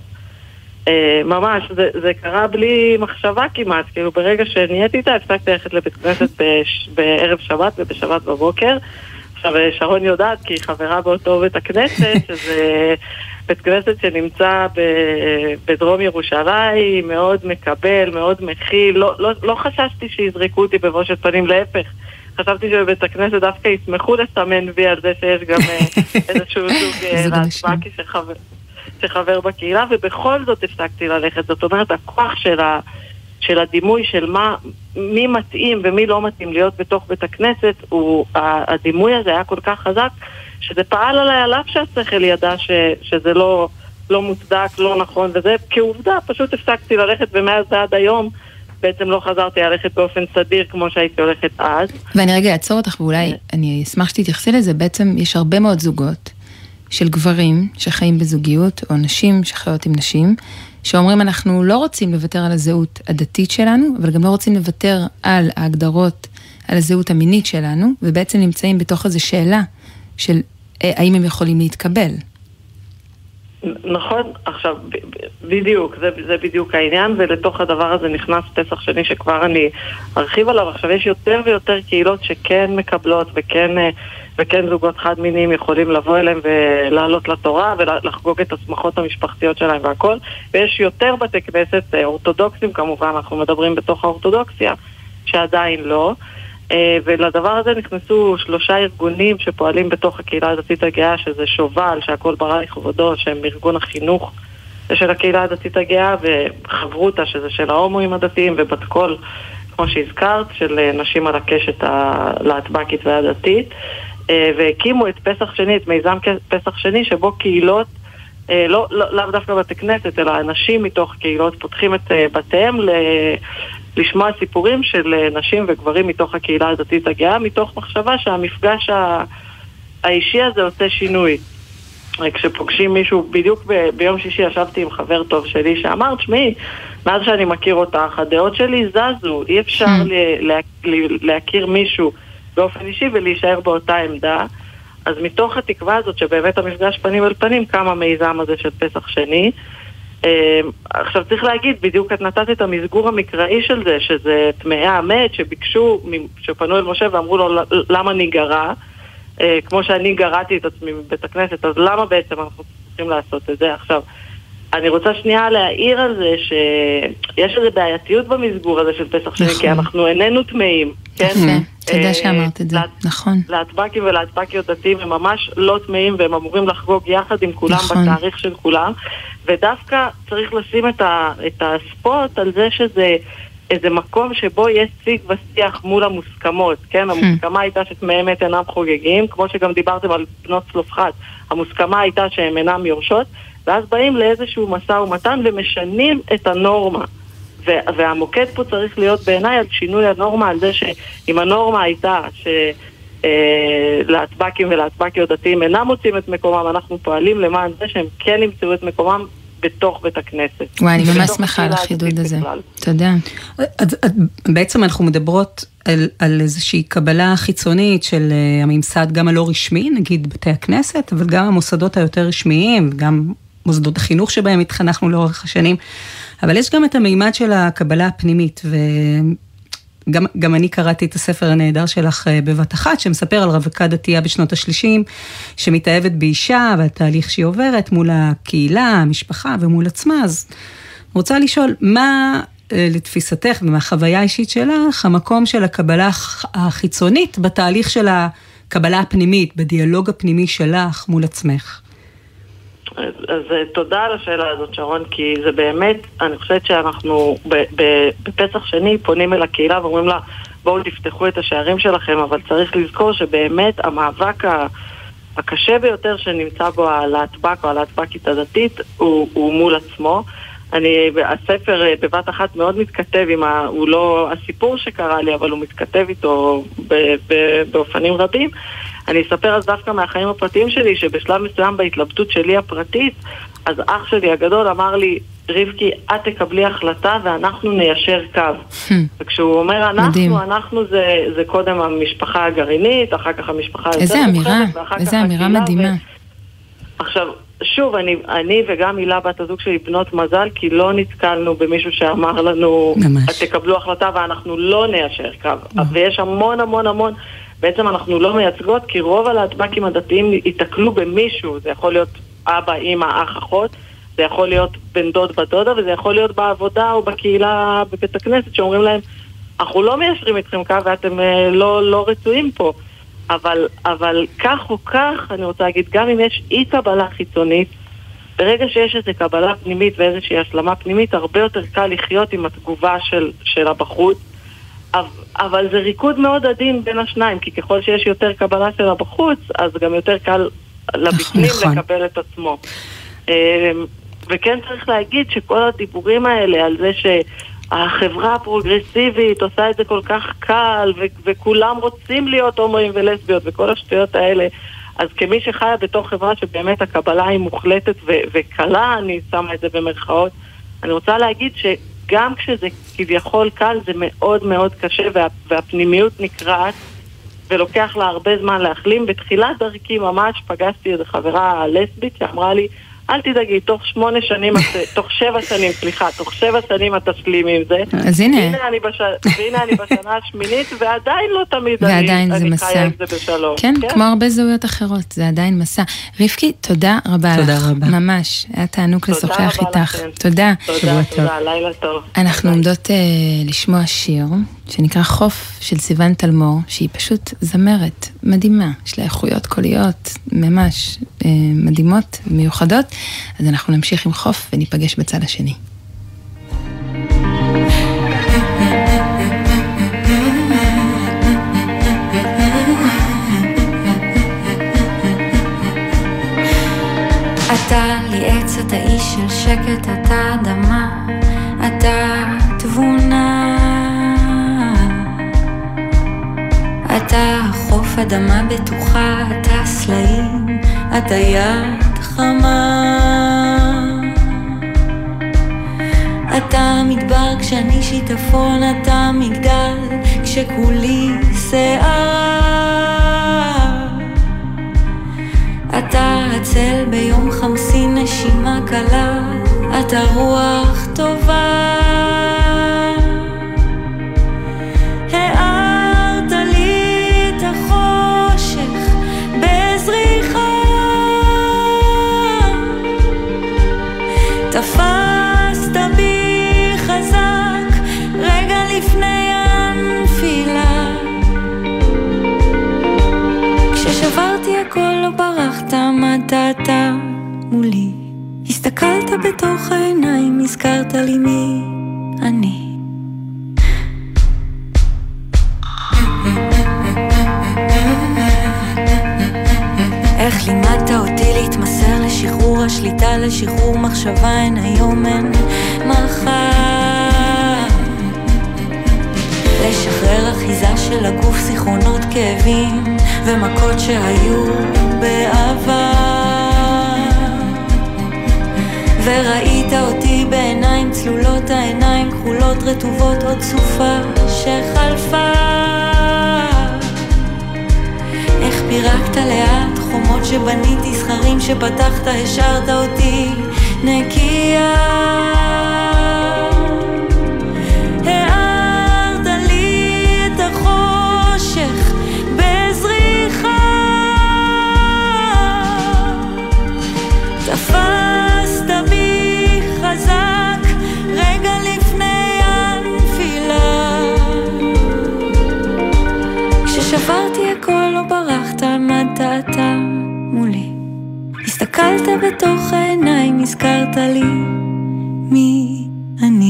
ממש, זה קרה בלי מחשבה כמעט, כאילו ברגע שנהייתי איתה, הפסקתי ללכת לבית כנסת בערב שבת ובשבת בבוקר. עכשיו, שרון יודעת, כי היא חברה באותו בית הכנסת, שזה בית כנסת שנמצא בדרום ירושלים, מאוד מקבל, מאוד מכיל, לא חששתי שיזרקו אותי בבושת פנים, להפך. חשבתי שבבית הכנסת דווקא ישמחו לסמן וי על זה שיש גם איזשהו זוג להטבקי שחבר בקהילה, ובכל זאת הפסקתי ללכת. זאת אומרת, הכוח של הדימוי של מי מתאים ומי לא מתאים להיות בתוך בית הכנסת, הדימוי הזה היה כל כך חזק, שזה פעל עליי עליו שהשכל ידע שזה לא מוצדק, לא נכון, וזה כעובדה, פשוט הפסקתי ללכת, ומאז עד היום בעצם לא חזרתי ללכת באופן סדיר כמו שהייתי הולכת אז. ואני רגע אעצור אותך, ואולי אני אשמח שתתייחסי לזה, בעצם יש הרבה מאוד זוגות של גברים שחיים בזוגיות, או נשים שחיות עם נשים, שאומרים אנחנו לא רוצים לוותר על הזהות הדתית שלנו, אבל גם לא רוצים לוותר על ההגדרות, על הזהות המינית שלנו, ובעצם נמצאים בתוך איזו שאלה של האם הם יכולים להתקבל. נכון, עכשיו בדיוק, זה בדיוק העניין, ולתוך הדבר הזה נכנס פסח שני שכבר אני ארחיב עליו. עכשיו יש יותר ויותר קהילות שכן מקבלות וכן זוגות חד מיניים יכולים לבוא אליהם ולעלות לתורה ולחגוג את השמחות המשפחתיות שלהם והכל, ויש יותר בתי כנסת אורתודוקסים כמובן, אנחנו מדברים בתוך האורתודוקסיה שעדיין לא, ולדבר הזה נכנסו 3 ארגונים שפועלים בתוך הקהילה הדתית הגאה, שזה שובל, שהכל ברא לכבודו, שהם ארגון החינוך של הקהילה הדתית הגאה, וחברותה, שזה של ההומואים הדתיים, ובת קול, כמו שהזכרת, של נשים על הקשת הלהטב"קית והדתית, והקימו את פסח שני, את מיזם פסח שני, שבו קהילות, לאו דווקא בתי כנסת, אלא אנשים מתוך קהילות פותחים את בתיהם לשמוע סיפורים של נשים וגברים מתוך הקהילה הדתית הגאה, מתוך מחשבה שהמפגש האישי הזה עושה שינוי. כשפוגשים מישהו, בדיוק ביום שישי ישבתי עם חבר טוב שלי שאמר, תשמעי, מאז שאני מכיר אותך, הדעות שלי זזו, אי אפשר להכיר מישהו באופן אישי ולהישאר באותה עמדה. אז מתוך התקווה הזאת שבאמת המפגש פנים אל פנים קם המיזם הזה של פסח שני. עכשיו צריך להגיד, בדיוק את נתת את המסגור המקראי של זה, שזה טמאי המת שביקשו, שפנו אל משה ואמרו לו למה ניגרע, כמו שאני גרעתי את עצמי בבית הכנסת, אז למה בעצם אנחנו צריכים לעשות את זה? עכשיו, אני רוצה שנייה להעיר על זה שיש איזו בעייתיות במסגור הזה של פסח שני, כי אנחנו איננו טמאים, כן? תודה שאמרת את זה, נכון. להטב"קים ולהטב"קיות דתיים הם ממש לא טמאים, והם אמורים לחגוג יחד עם כולם בתאריך של כולם, ודווקא צריך לשים את הספוט על זה שזה איזה מקום שבו יש שיג ושיח מול המוסכמות, כן? המוסכמה הייתה שטמאי מת אינם חוגגים, כמו שגם דיברתם על בנות צלופחד, המוסכמה הייתה שהם אינם יורשות, ואז באים לאיזשהו משא ומתן ומשנים את הנורמה. והמוקד פה צריך להיות בעיניי על שינוי הנורמה, על זה שאם הנורמה הייתה שלהטב"קים ולהטב"קיות דתיים אינם מוצאים את מקומם, אנחנו פועלים למען זה שהם כן ימצאו את מקומם בתוך בית הכנסת. וואי, אני ממש שמחה על החידוד הזה. תודה. בעצם אנחנו מדברות על איזושהי קבלה חיצונית של הממסד, גם הלא רשמי, נגיד בתי הכנסת, אבל גם המוסדות היותר רשמיים, גם מוסדות החינוך שבהם התחנכנו לאורך השנים, אבל יש גם את המימד של הקבלה הפנימית, וגם אני קראתי את הספר הנהדר שלך בבת אחת, שמספר על רווקה דתייה בשנות ה-30, שמתאהבת באישה, והתהליך שהיא עוברת מול הקהילה, המשפחה ומול עצמה, אז רוצה לשאול, מה לתפיסתך ומהחוויה האישית שלך, המקום של הקבלה החיצונית, בתהליך של הקבלה הפנימית, בדיאלוג הפנימי שלך מול עצמך? אז תודה על השאלה הזאת, שרון, כי זה באמת, אני חושבת שאנחנו בפסח שני פונים אל הקהילה ואומרים לה, בואו תפתחו את השערים שלכם, אבל צריך לזכור שבאמת המאבק הקשה ביותר שנמצא בו הלהטב"ק או הלהטב"קית הדתית הוא מול עצמו. הספר בבת אחת מאוד מתכתב הוא לא הסיפור שקרה לי, אבל הוא מתכתב איתו באופנים רבים. אני אספר אז דווקא מהחיים הפרטיים שלי, שבשלב מסוים בהתלבטות שלי הפרטית, אז אח שלי הגדול אמר לי, רבקי, את תקבלי החלטה ואנחנו ניישר קו. וכשהוא אומר אנחנו זה קודם המשפחה הגרעינית, אחר כך המשפחה איזה אמירה, איזה אמירה מדהימה. עכשיו, שוב, אני וגם הילה בת הזוג שלי בנות מזל, כי לא נתקלנו במישהו שאמר לנו, את תקבלו החלטה ואנחנו לא ניישר קו. ויש המון המון המון, בעצם אנחנו לא מייצגות, כי רוב הלהטב"קים הדתיים ייתקלו במישהו, זה יכול להיות אבא, אמא, אח, אחות, זה יכול להיות בן דוד, בת דודה, וזה יכול להיות בעבודה או בקהילה, בבית הכנסת, שאומרים להם, אנחנו לא מיישרים איתכם קו ואתם לא רצויים פה. אבל כך או כך, אני רוצה להגיד, גם אם יש אי קבלה חיצונית, ברגע שיש איזו קבלה פנימית ואיזושהי השלמה פנימית, הרבה יותר קל לחיות עם התגובה של הבחוץ, אבל זה ריקוד מאוד עדין בין השניים, כי ככל שיש יותר קבלה של הבחוץ, אז גם יותר קל לבפנים לקבל את עצמו. וכן צריך להגיד שכל הדיבורים האלה על זה החברה הפרוגרסיבית עושה את זה כל כך קל, וכולם רוצים להיות הומואים ולסביות וכל השטויות האלה. אז כמי שחיה בתוך חברה שבאמת הקבלה היא מוחלטת וקלה, אני שמה את זה במרכאות, אני רוצה להגיד שגם כשזה כביכול קל, זה מאוד מאוד קשה, והפנימיות נקרעת, ולוקח לה הרבה זמן להחלים. בתחילת דרכי ממש פגשתי איזו חברה לסבית שאמרה לי, אל תדאגי, תוך 7 שנים את תשלימי עם זה. אז הנה. והנה אני בשנה השמינית, ועדיין לא תמיד אני חיה עם זה בשלום. כן, כמו הרבה זהויות אחרות, זה עדיין מסע. רבקי, תודה רבה לך. תודה רבה. ממש, היה תענוג לשוחח איתך. תודה, לילה טוב. אנחנו עומדות לשמוע שיר שנקרא חוף של סיוון תלמור, שהיא פשוט זמרת מדהימה, יש לה איכויות קוליות ממש מדהימות, מיוחדות. אז אנחנו נמשיך עם חוף וניפגש בצד השני. אתה לי עץ, אתה איש של שקט, אתה אדמה, אתה תבונה, אתה חוף אדמה בטוחה, אתה סלעים, אתה יד חמה, אתה מדבר כשאני שיטפון, אתה מגדל כשכולי שערה, אתה הצל ביום חמסי נשימה קלה, אתה רוח טובה, הארת לי את החושך בזריחה, תפסת בי חזק רגע לפני הנפילה, כששברתי הכל לא ברחת, עמדת מולי, הסתכלת בתוך העיניים, הזכרת לי מי אני. איך לימדת אותי להתמסר לשחרור השליטה, לשחרור מחשבה, אין היום אין מחר, לשחרר אחיזה של הגוף, זיכרונות, כאבים ומכות שהיו בעבר, וראית אותי בעיניים צלולות, העיניים כחולות רטובות, עוד סופה שחלפה, איך פירקת לאט חומות שבניתי, סכרים שפתחת, השארת אותי נקייה, הארת לי את החושך בזריחה, תפסת בי חזק רגע לפני הנפילה, כששברתי הכל לא ברחת, עמדת מולי, הסתכלת בתוך העיניים, הזכרת לי מי אני.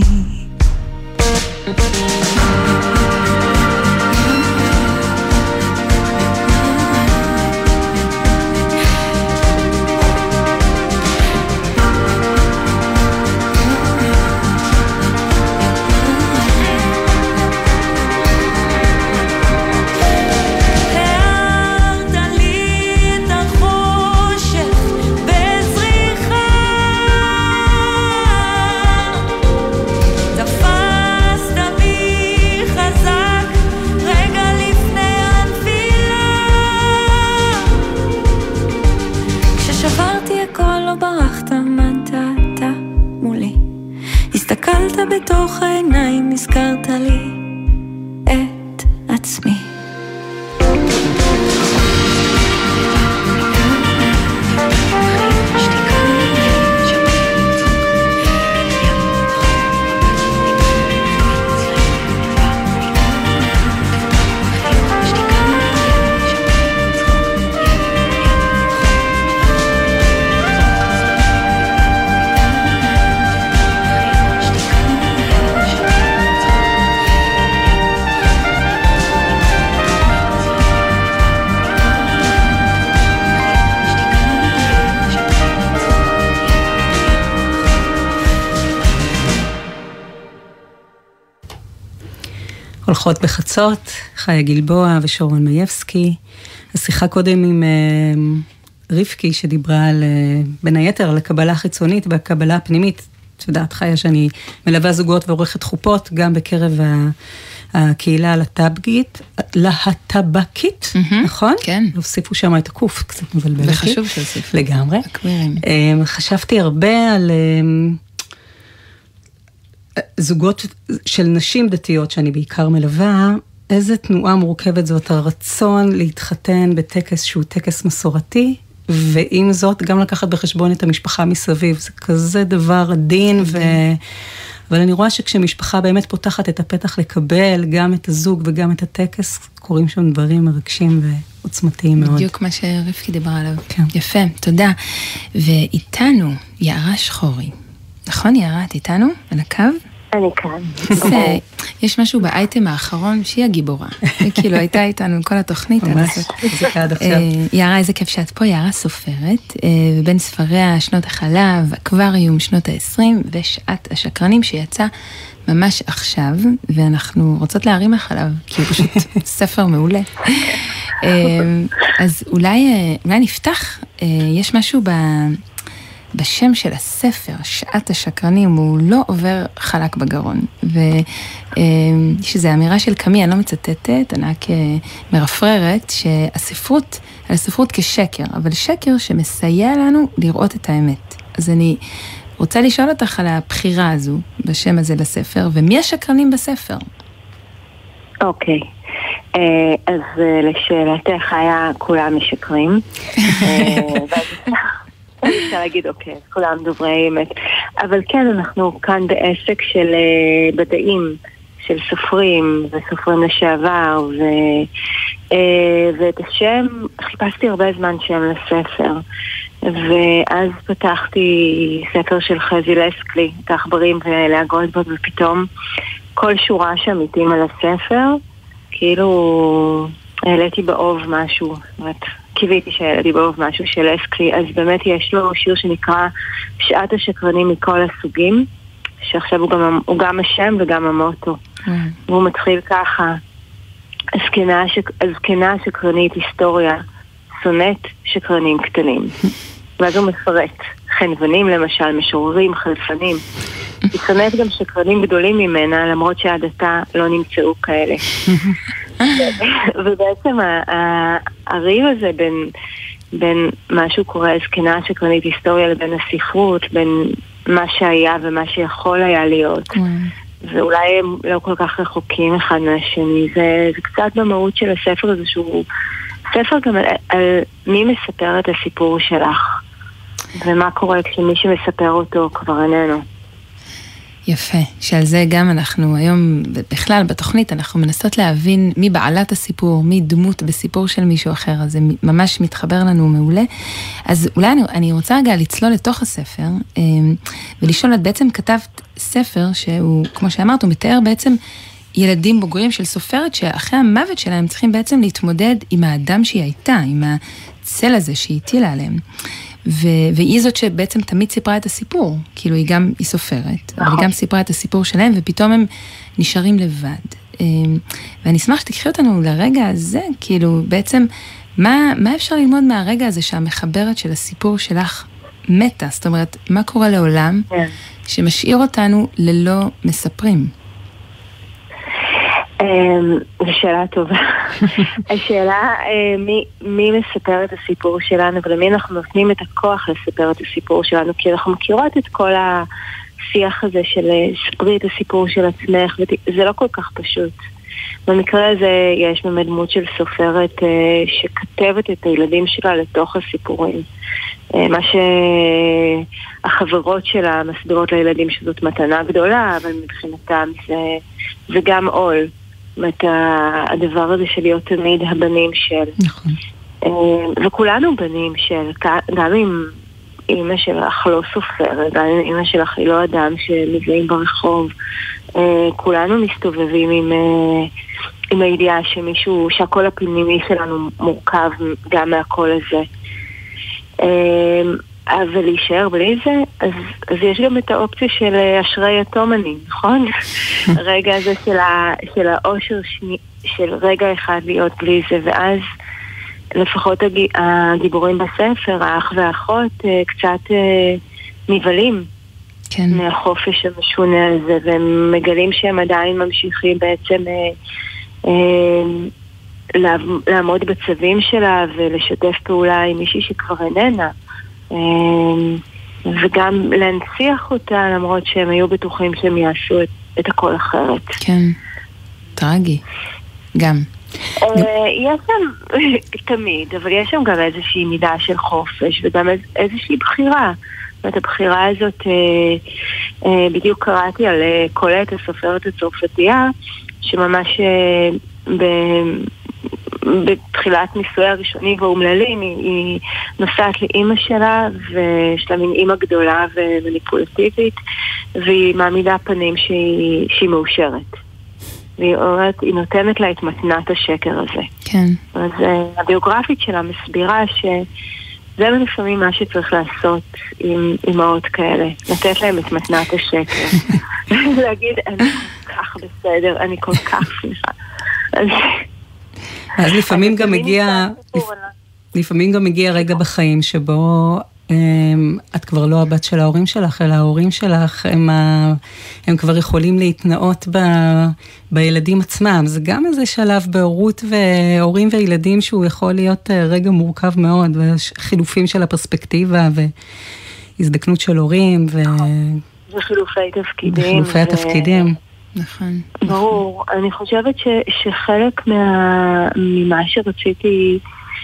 הולכות בחצות, חיה גלבוע ושרון מייבסקי. השיחה קודם עם רבקי שדיברה על, בין היתר, על הקבלה החיצונית והקבלה הפנימית. את יודעת, חיה, שאני מלווה זוגות ועורכת חופות, גם בקרב הקהילה להטבקית, נכון? כן. הוסיפו שם את הקוף, קצת מבלבל אותי. וחשוב שהוסיפו. לגמרי. אקווירים. חשבתי הרבה על זוגות של נשים דתיות, שאני בעיקר מלווה, איזה תנועה מורכבת זאת, הרצון להתחתן בטקס שהוא טקס מסורתי, ועם זאת גם לקחת בחשבון את המשפחה מסביב, זה כזה דבר עדין, אבל אני רואה שכשמשפחה באמת פותחת את הפתח לקבל גם את הזוג וגם את הטקס, קורים שם דברים מרגשים ועוצמתיים מאוד. בדיוק מה שרבקי דיברה עליו. כן. יפה, תודה. ואיתנו יערה שחורי. נכון יערה, את איתנו? על הקו? אני כאן. יש משהו באייטם האחרון שהיא הגיבורה. היא כאילו הייתה איתנו כל התוכנית. ממש, זה קעד עכשיו. יערה, איזה כיף שאת פה, יערה סופרת, בין ספריה שנות החלב, אקווריום שנות ה-20 ושעת השקרנים שיצא ממש עכשיו, ואנחנו רוצות להרים לך עליו, כי הוא פשוט ספר מעולה. אז אולי נפתח, יש משהו בשם של הספר, שעת השקרנים, הוא לא עובר חלק בגרון. ויש איזו אמירה של קמי, אני לא מצטטת, אני רק מרפררת, הספרות כשקר, אבל שקר שמסייע לנו לראות את האמת. אז אני רוצה לשאול אותך על הבחירה הזו, בשם הזה לספר, ומי השקרנים בספר? אוקיי. אז לשאלתך היה כולם משקרים. אפשר להגיד, אוקיי, כולם דוברי אמת. אבל כן, אנחנו כאן בעסק של מדעים, של סופרים וסופרים לשעבר, ואת השם, חיפשתי הרבה זמן שם לספר. ואז פתחתי ספר של חזי לסקלי, את העכברים ולאה גולדברג, ופתאום כל שורה שם איתים על הספר, כאילו העליתי באוב משהו, זאת אומרת, קיוויתי שהעליתי באוב משהו של לסקלי, אז באמת יש לו שיר שנקרא שעת השקרנים מכל הסוגים, שעכשיו הוא גם השם וגם המוטו. והוא מתחיל ככה, הזקנה שקרנית היסטוריה, שונאת שקרנים קטנים. ואז הוא מפרט, חנוונים למשל, משוררים, חלפנים. היא שונאת גם שקרנים גדולים ממנה, למרות שעד עתה לא נמצאו כאלה. ובעצם הריב הזה בין מה שהוא קורא הזקנה שקרנית היסטוריה לבין הספרות, בין מה שהיה ומה שיכול היה להיות. ואולי הם לא כל כך רחוקים אחד מהשני. זה קצת במהות של הספר הזה, שהוא ספר גם על מי מספר את הסיפור שלך, ומה קורה כשמי שמספר אותו כבר איננו. יפה, שעל זה גם אנחנו היום, בכלל בתוכנית, אנחנו מנסות להבין מי בעלת הסיפור, מי דמות בסיפור של מישהו אחר, אז זה ממש מתחבר לנו מעולה. אז אולי אני רוצה רגע לצלול לתוך הספר, ולשאול, את בעצם כתבת ספר שהוא, כמו שאמרת, הוא מתאר בעצם ילדים בוגרים של סופרת, שאחרי המוות שלהם צריכים בעצם להתמודד עם האדם שהיא הייתה, עם הצל הזה שהיא הטילה עליהם. והיא זאת שבעצם תמיד סיפרה את הסיפור, כאילו היא סופרת, אבל היא גם סיפרה את הסיפור שלהם, ופתאום הם נשארים לבד. ואני אשמח שתקחי אותנו לרגע הזה, כאילו בעצם, מה אפשר ללמוד מהרגע הזה שהמחברת של הסיפור שלך מתה? זאת אומרת, מה קורה לעולם שמשאיר אותנו ללא מספרים? זו שאלה טובה. השאלה מי מספר את הסיפור שלנו ולמי אנחנו נותנים את הכוח לספר את הסיפור שלנו, כי אנחנו מכירות את כל השיח הזה של ספרי את הסיפור של עצמך, זה לא כל כך פשוט. במקרה הזה יש באמת דמות של סופרת שכתבת את הילדים שלה לתוך הסיפורים. מה שהחברות שלה מסבירות לילדים שזאת מתנה גדולה, אבל מבחינתם זה גם עול. את הדבר הזה של להיות תמיד הבנים של. נכון. וכולנו בנים של, גם אם אמא שלך לא סופרת, גם אם אמא שלך היא לא אדם שמזהים ברחוב, כולנו מסתובבים עם הידיעה שהקול הפנימי שלנו מורכב גם מהקול הזה. אבל להישאר בלי זה, אז יש גם את האופציה של אשרי יתומני, נכון? הרגע הזה של האושר של רגע אחד להיות בלי זה, ואז לפחות הגיבורים בספר, האח והאחות, קצת נבלים מהחופש המשונה הזה, והם מגלים שהם עדיין ממשיכים בעצם לעמוד בצווים שלה ולשתף פעולה עם מישהי שכבר איננה. וגם להנציח אותה למרות שהם היו בטוחים שהם יעשו את הכל אחרת. כן, טרגי גם. יש שם תמיד, אבל יש שם גם איזושהי מידה של חופש וגם איזושהי בחירה. זאת אומרת, הבחירה הזאת, בדיוק קראתי על קולט, הסופרת הצרפתייה, שממש בתחילת ניסוי הראשוני והאומללים היא נוסעת לאמא שלה ויש לה מין אמא גדולה ומניפולטיבית והיא מעמידה פנים שהיא מאושרת והיא אומרת, היא נותנת לה את מתנת השקר הזה. כן. אז הביוגרפית שלה מסבירה שזה לפעמים מה שצריך לעשות עם אמהות כאלה, לתת להם את מתנת השקר. להגיד, אני כל כך בסדר, אני כל כך שמחה. אז לפעמים גם מגיע רגע בחיים שבו את כבר לא הבת של ההורים שלך, אלא ההורים שלך הם כבר יכולים להתנאות בילדים עצמם. זה גם איזה שלב בהורות והורים וילדים שהוא יכול להיות רגע מורכב מאוד, וחילופים של הפרספקטיבה והזדקנות של הורים וחילופי תפקידים. וחילופי התפקידים. נכון. ברור. אני חושבת שחלק ממה שרציתי,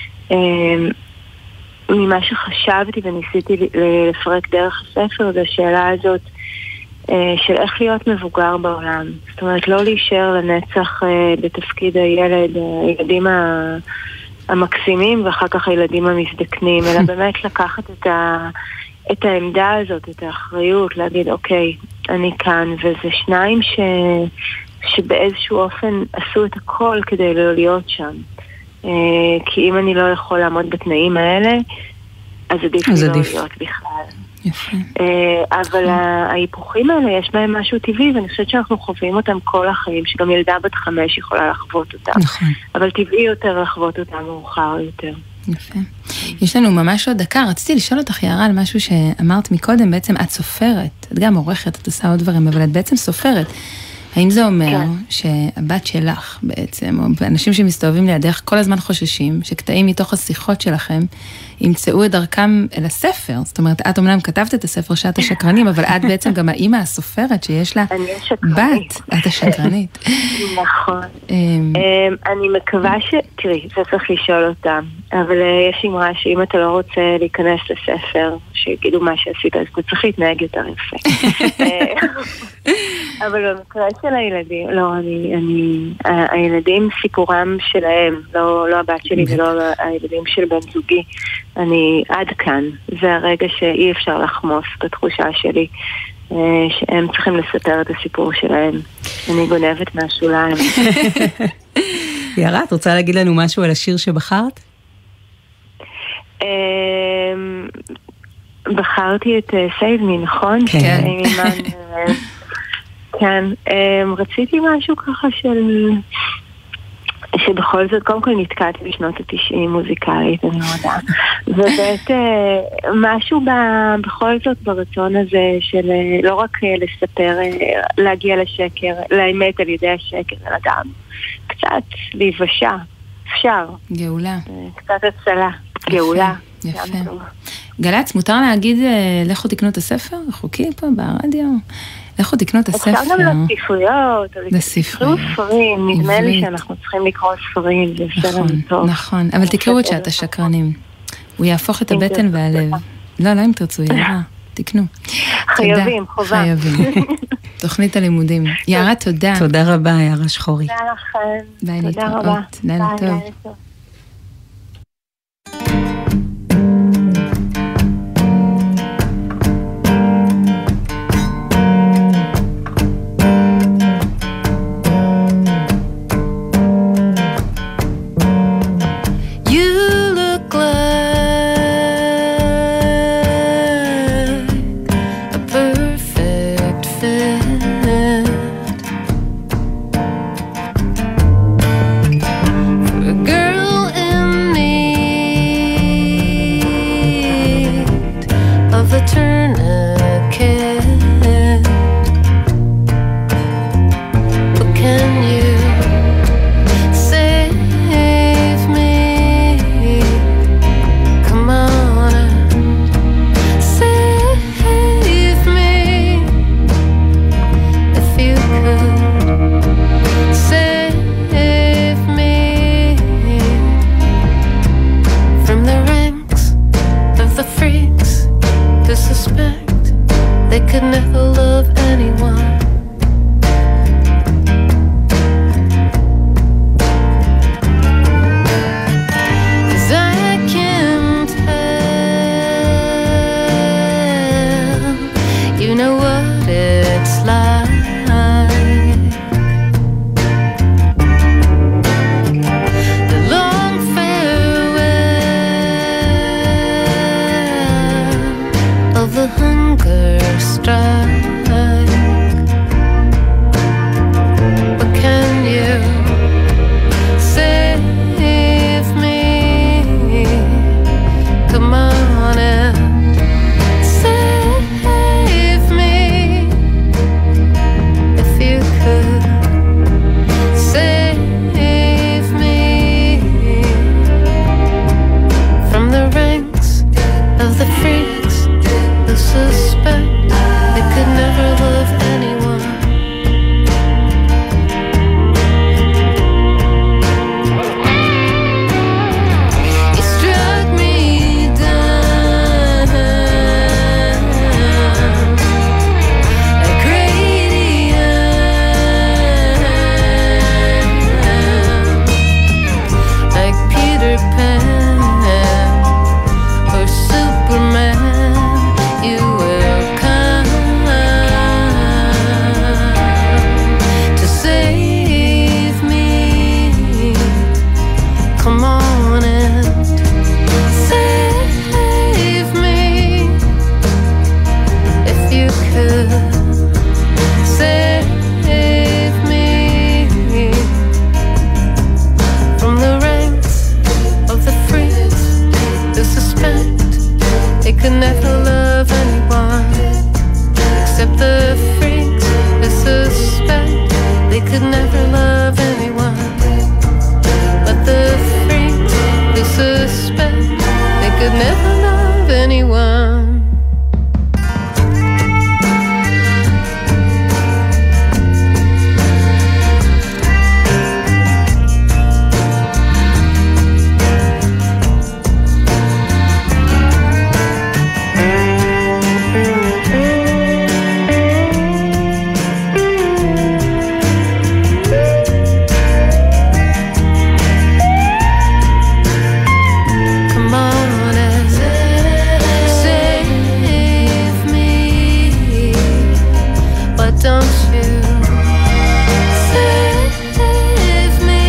ממה שחשבתי וניסיתי לפרק דרך הספר, זה השאלה הזאת של איך להיות מבוגר בעולם. זאת אומרת, לא להישאר לנצח בתפקיד הילדים המקסימים ואחר כך הילדים המזדקנים, אלא באמת לקחת את העמדה הזאת, את האחריות, להגיד, אוקיי, אני כאן, וזה שניים שבאיזשהו אופן עשו את הכל כדי לא להיות שם. כי אם אני לא יכול לעמוד בתנאים האלה, אז עדיף לי לא להיות בכלל. יפה. אבל ההיפוכים האלה יש בהם משהו טבעי, ואני חושבת שאנחנו חווים אותם כל החיים, שגם ילדה בת 5 יכולה לחוות אותם. נכון. אבל טבעי יותר לחוות אותם מאוחר יותר. יפה. יש לנו ממש עוד דקה, רציתי לשאול אותך יערה על משהו שאמרת מקודם, בעצם את סופרת, את גם עורכת, את עושה עוד דברים, אבל את בעצם סופרת. האם זה אומר שהבת שלך בעצם, או אנשים שמסתובבים לידך כל הזמן חוששים, שקטעים מתוך השיחות שלכם, ימצאו את דרכם אל הספר? זאת אומרת, את אומנם כתבת את הספר שאת השקרנים, אבל את בעצם גם האמא הסופרת שיש לה בת, את השקרנית. נכון. אני מקווה תראי, זה צריך לשאול אותם, אבל יש אמרה שאם אתה לא רוצה להיכנס לספר, שיגידו מה שעשית, אז אתה צריך להתנהג יותר יפה. אבל במקרה של הילדים, לא, הילדים סיפורם שלהם, לא הבת שלי ולא הילדים של בן זוגי. אני עד כאן, זה הרגע שאי אפשר לחמוס בתחושה שלי, שהם צריכים לספר את הסיפור שלהם. אני גונבת מהשוליים. יערה, את רוצה להגיד לנו משהו על השיר שבחרת? בחרתי את Save Me, נכון? כן. כן, רציתי משהו ככה שבכל זאת, קודם כל נתקעתי בשנות ה-90 מוזיקלית, אני מודה. ובאמת, משהו בכל זאת ברצון הזה של לא רק לספר, להגיע לשקר, לאמת על ידי השקר, אלא גם קצת להיוושע, אפשר. גאולה. קצת הצלה, גאולה. יפה. גלץ, מותר להגיד, לכו תקנו את הספר? חוקי פה ברדיו? לכו תקנו את הספר. אפשר גם לספריות. לספריות. ספרים, נדמה לי שאנחנו צריכים לקרוא ספרים, זה בסדר טוב. נכון, אבל תקראו את שעת השקרנים. הוא יהפוך את הבטן והלב. לא, לא אם תרצו, יערה, תקנו. חייבים, חובה. חייבים. תוכנית הלימודים. יערה, תודה. תודה רבה, יערה שחורי. תודה לכם. ביי להתראות. לילה טוב. the hunger strike. But can you save me? Come on and save me. If you could save me from the ranks of the freaks who suspect they could never love anyone. You struck me down like radium, like Peter Pan or Superman. You will come to save me. Come on and save me. If you could save me from the ranks of the freaks who suspect they could never love anyone, except the freaks who suspect they could never love anyone. But the freaks who suspect they could never love anyone. Come on and save me. Why don't you save me?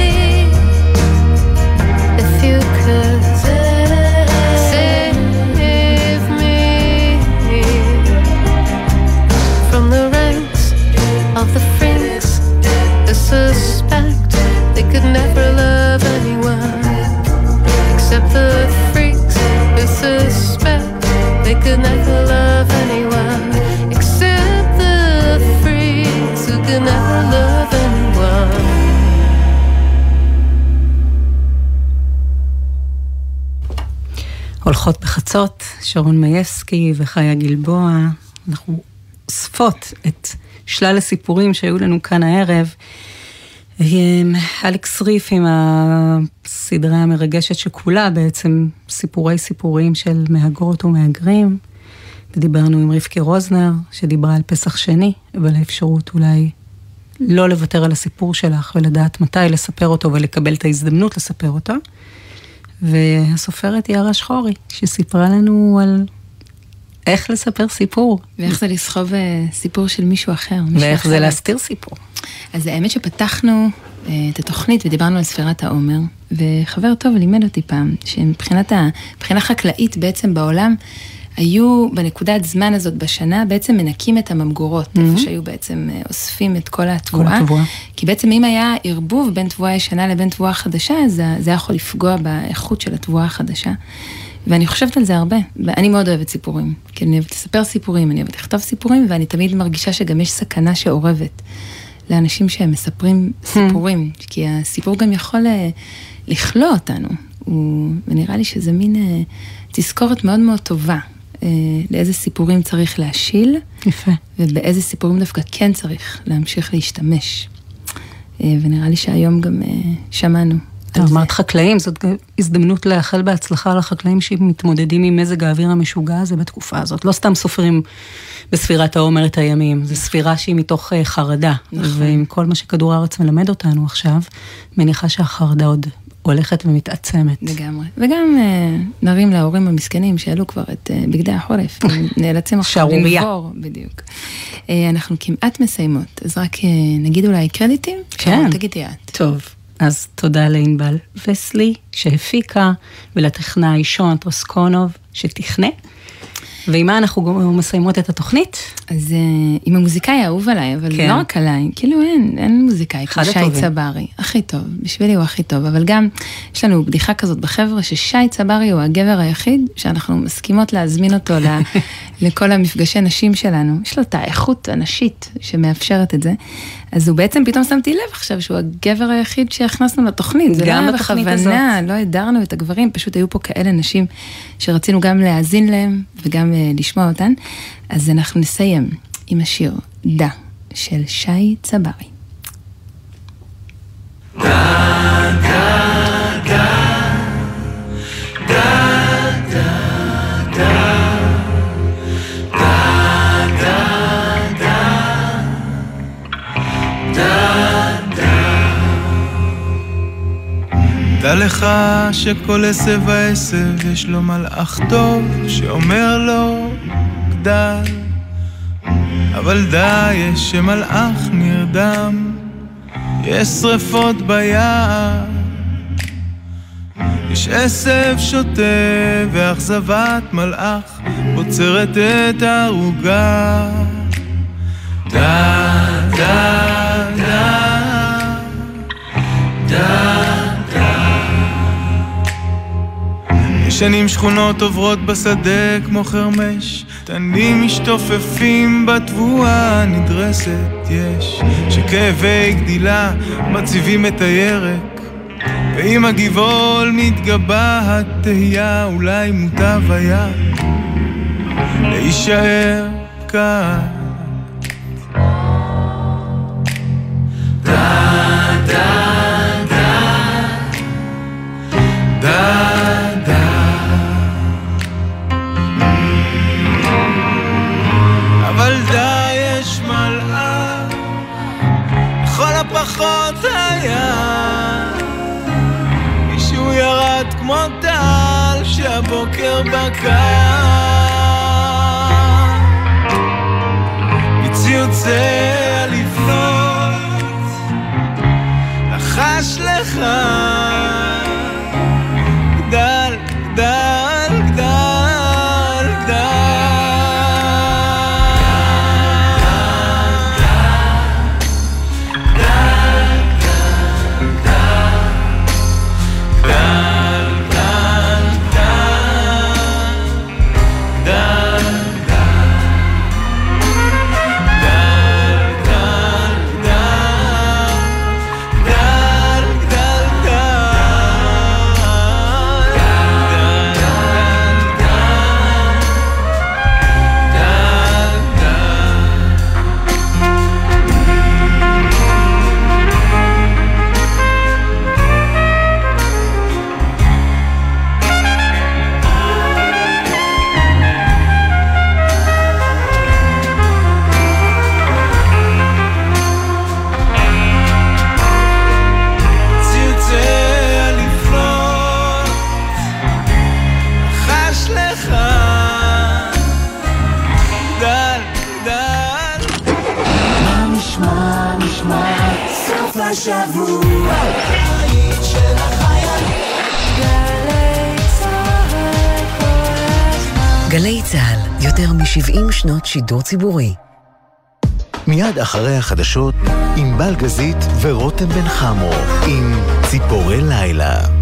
If you could save me from the ranks of the freaks who suspect they could never love anyone, except the freaks who suspect they could never love anyone, except the freaks who could never love anyone. הולכות בחצות, שרון מייסקי וחיה גלבוע. אנחנו אוספות את שלל הסיפורים שהיו לנו כאן הערב. אלכס ריף עם הסדרה המרגשת שכולה בעצם סיפורים של מהגרות ומהגרים. ודיברנו עם רבקי רוזנר שדיברה על פסח שני, אבל האפשרות אולי לא לוותר על הסיפור שלך ולדעת מתי לספר אותו ולקבל את ההזדמנות לספר אותו. והסופרת יערה שחורי שסיפרה לנו על איך לספר סיפור. ואיך זה לסחוב סיפור של מישהו אחר. ואיך זה להסתיר סיפור. אז האמת שפתחנו את התוכנית ודיברנו על ספירת העומר, וחבר טוב לימד אותי פעם, מבחינה חקלאית בעצם בעולם, היו בנקודת זמן הזאת בשנה, בעצם מנקים את הממגורות, איפה שהיו בעצם אוספים את כל התבואה, כי בעצם אם היה ערבוב בין תבואה ישנה לבין תבואה חדשה, אז זה יכול לפגוע באיכות של התבואה החדשה. ואני חושבת על זה הרבה, ואני מאוד אוהבת סיפורים, כי אני אוהבת לספר סיפורים, אני אוהבת לכתוב סיפורים, ואני תמיד מרגישה שגם יש סכנה שעורבת לאנשים שהם מספרים סיפורים, כי הסיפור גם יכול לכלוא אותנו, ונראה לי שזה מין תזכורת מאוד מאוד טובה, לאיזה סיפורים צריך להשיל, יפה. ובאיזה סיפורים דווקא כן צריך להמשיך להשתמש. ונראה לי שהיום גם שמענו. אמרת חקלאים, זאת הזדמנות לאחל בהצלחה לחקלאים שמתמודדים עם מזג האוויר המשוגע הזה בתקופה הזאת. לא סתם סופרים בספירת העומר את הימים, זו ספירה שהיא מתוך חרדה. ועם כל מה שכדור הארץ מלמד אותנו עכשיו, מניחה שהחרדה עוד הולכת ומתעצמת. לגמרי. וגם נרים להורים המסכנים שעלו כבר את בגדי החורף, נאלצים עכשיו לנבור, בדיוק. אנחנו כמעט מסיימות, אז רק נגיד אולי קרדיטים? כן. תגידי את. טוב. אז תודה לענבל וסלי שהפיקה, ולטכנאי שון טרסקונוב שתכנה. ועם מה אנחנו מסיימות את התוכנית? אז עם המוזיקאי האהוב עליי, אבל לא רק עליי, כאילו אין מוזיקאי, כמו שי צברי, הכי טוב, בשבילי הוא הכי טוב, אבל גם יש לנו בדיחה כזאת בחבר'ה, ששי צברי הוא הגבר היחיד, שאנחנו מסכימות להזמין אותו לכל המפגשי נשים שלנו, יש לו את האיכות הנשית שמאפשרת את זה, אז הוא בעצם פתאום שמתי לב עכשיו שהוא הגבר היחיד שהכנסנו לתוכנית, זה לא היה בכוונה, לא הדרנו את הגברים, פשוט היו פה כאלה נשים שרצינו גם להאזין להם וגם לשמוע אותן, אז אנחנו נסיים עם השיר דה של שי צברי. דה, דה, דה, דה, דה, דה. דע לך שכל עשב ועשב יש לו מלאך טוב שאומר לו גדל, אבל דע יש שמלאך נרדם, יש שריפות ביער, יש עשב שוטה ואכזבת מלאך עוצרת את הערוגה. דע, דע, דע, דע, ישנים שכונות עוברות בשדה כמו חרמש, תנים משתופפים בתבואה נדרסת, יש שכאבי גדילה מציבים את הירק, ואם הגבעול מתגבה התהייה, אולי מוטב היה להישאר כאן. דה, דה, דה, דה, פחות היה מישהו ירד כמו טל שהבוקר בקע מציוצי לפנות לחש לך גדל, גדל, גדל, גדל. השבוע הבית של החיילים. גלי צהל כל הזמן. גלי צהל, יותר מ-70 שנות שידור ציבורי. מיד אחרי החדשות עם בל גזית ורותם בן חמו עם ציפורי לילה.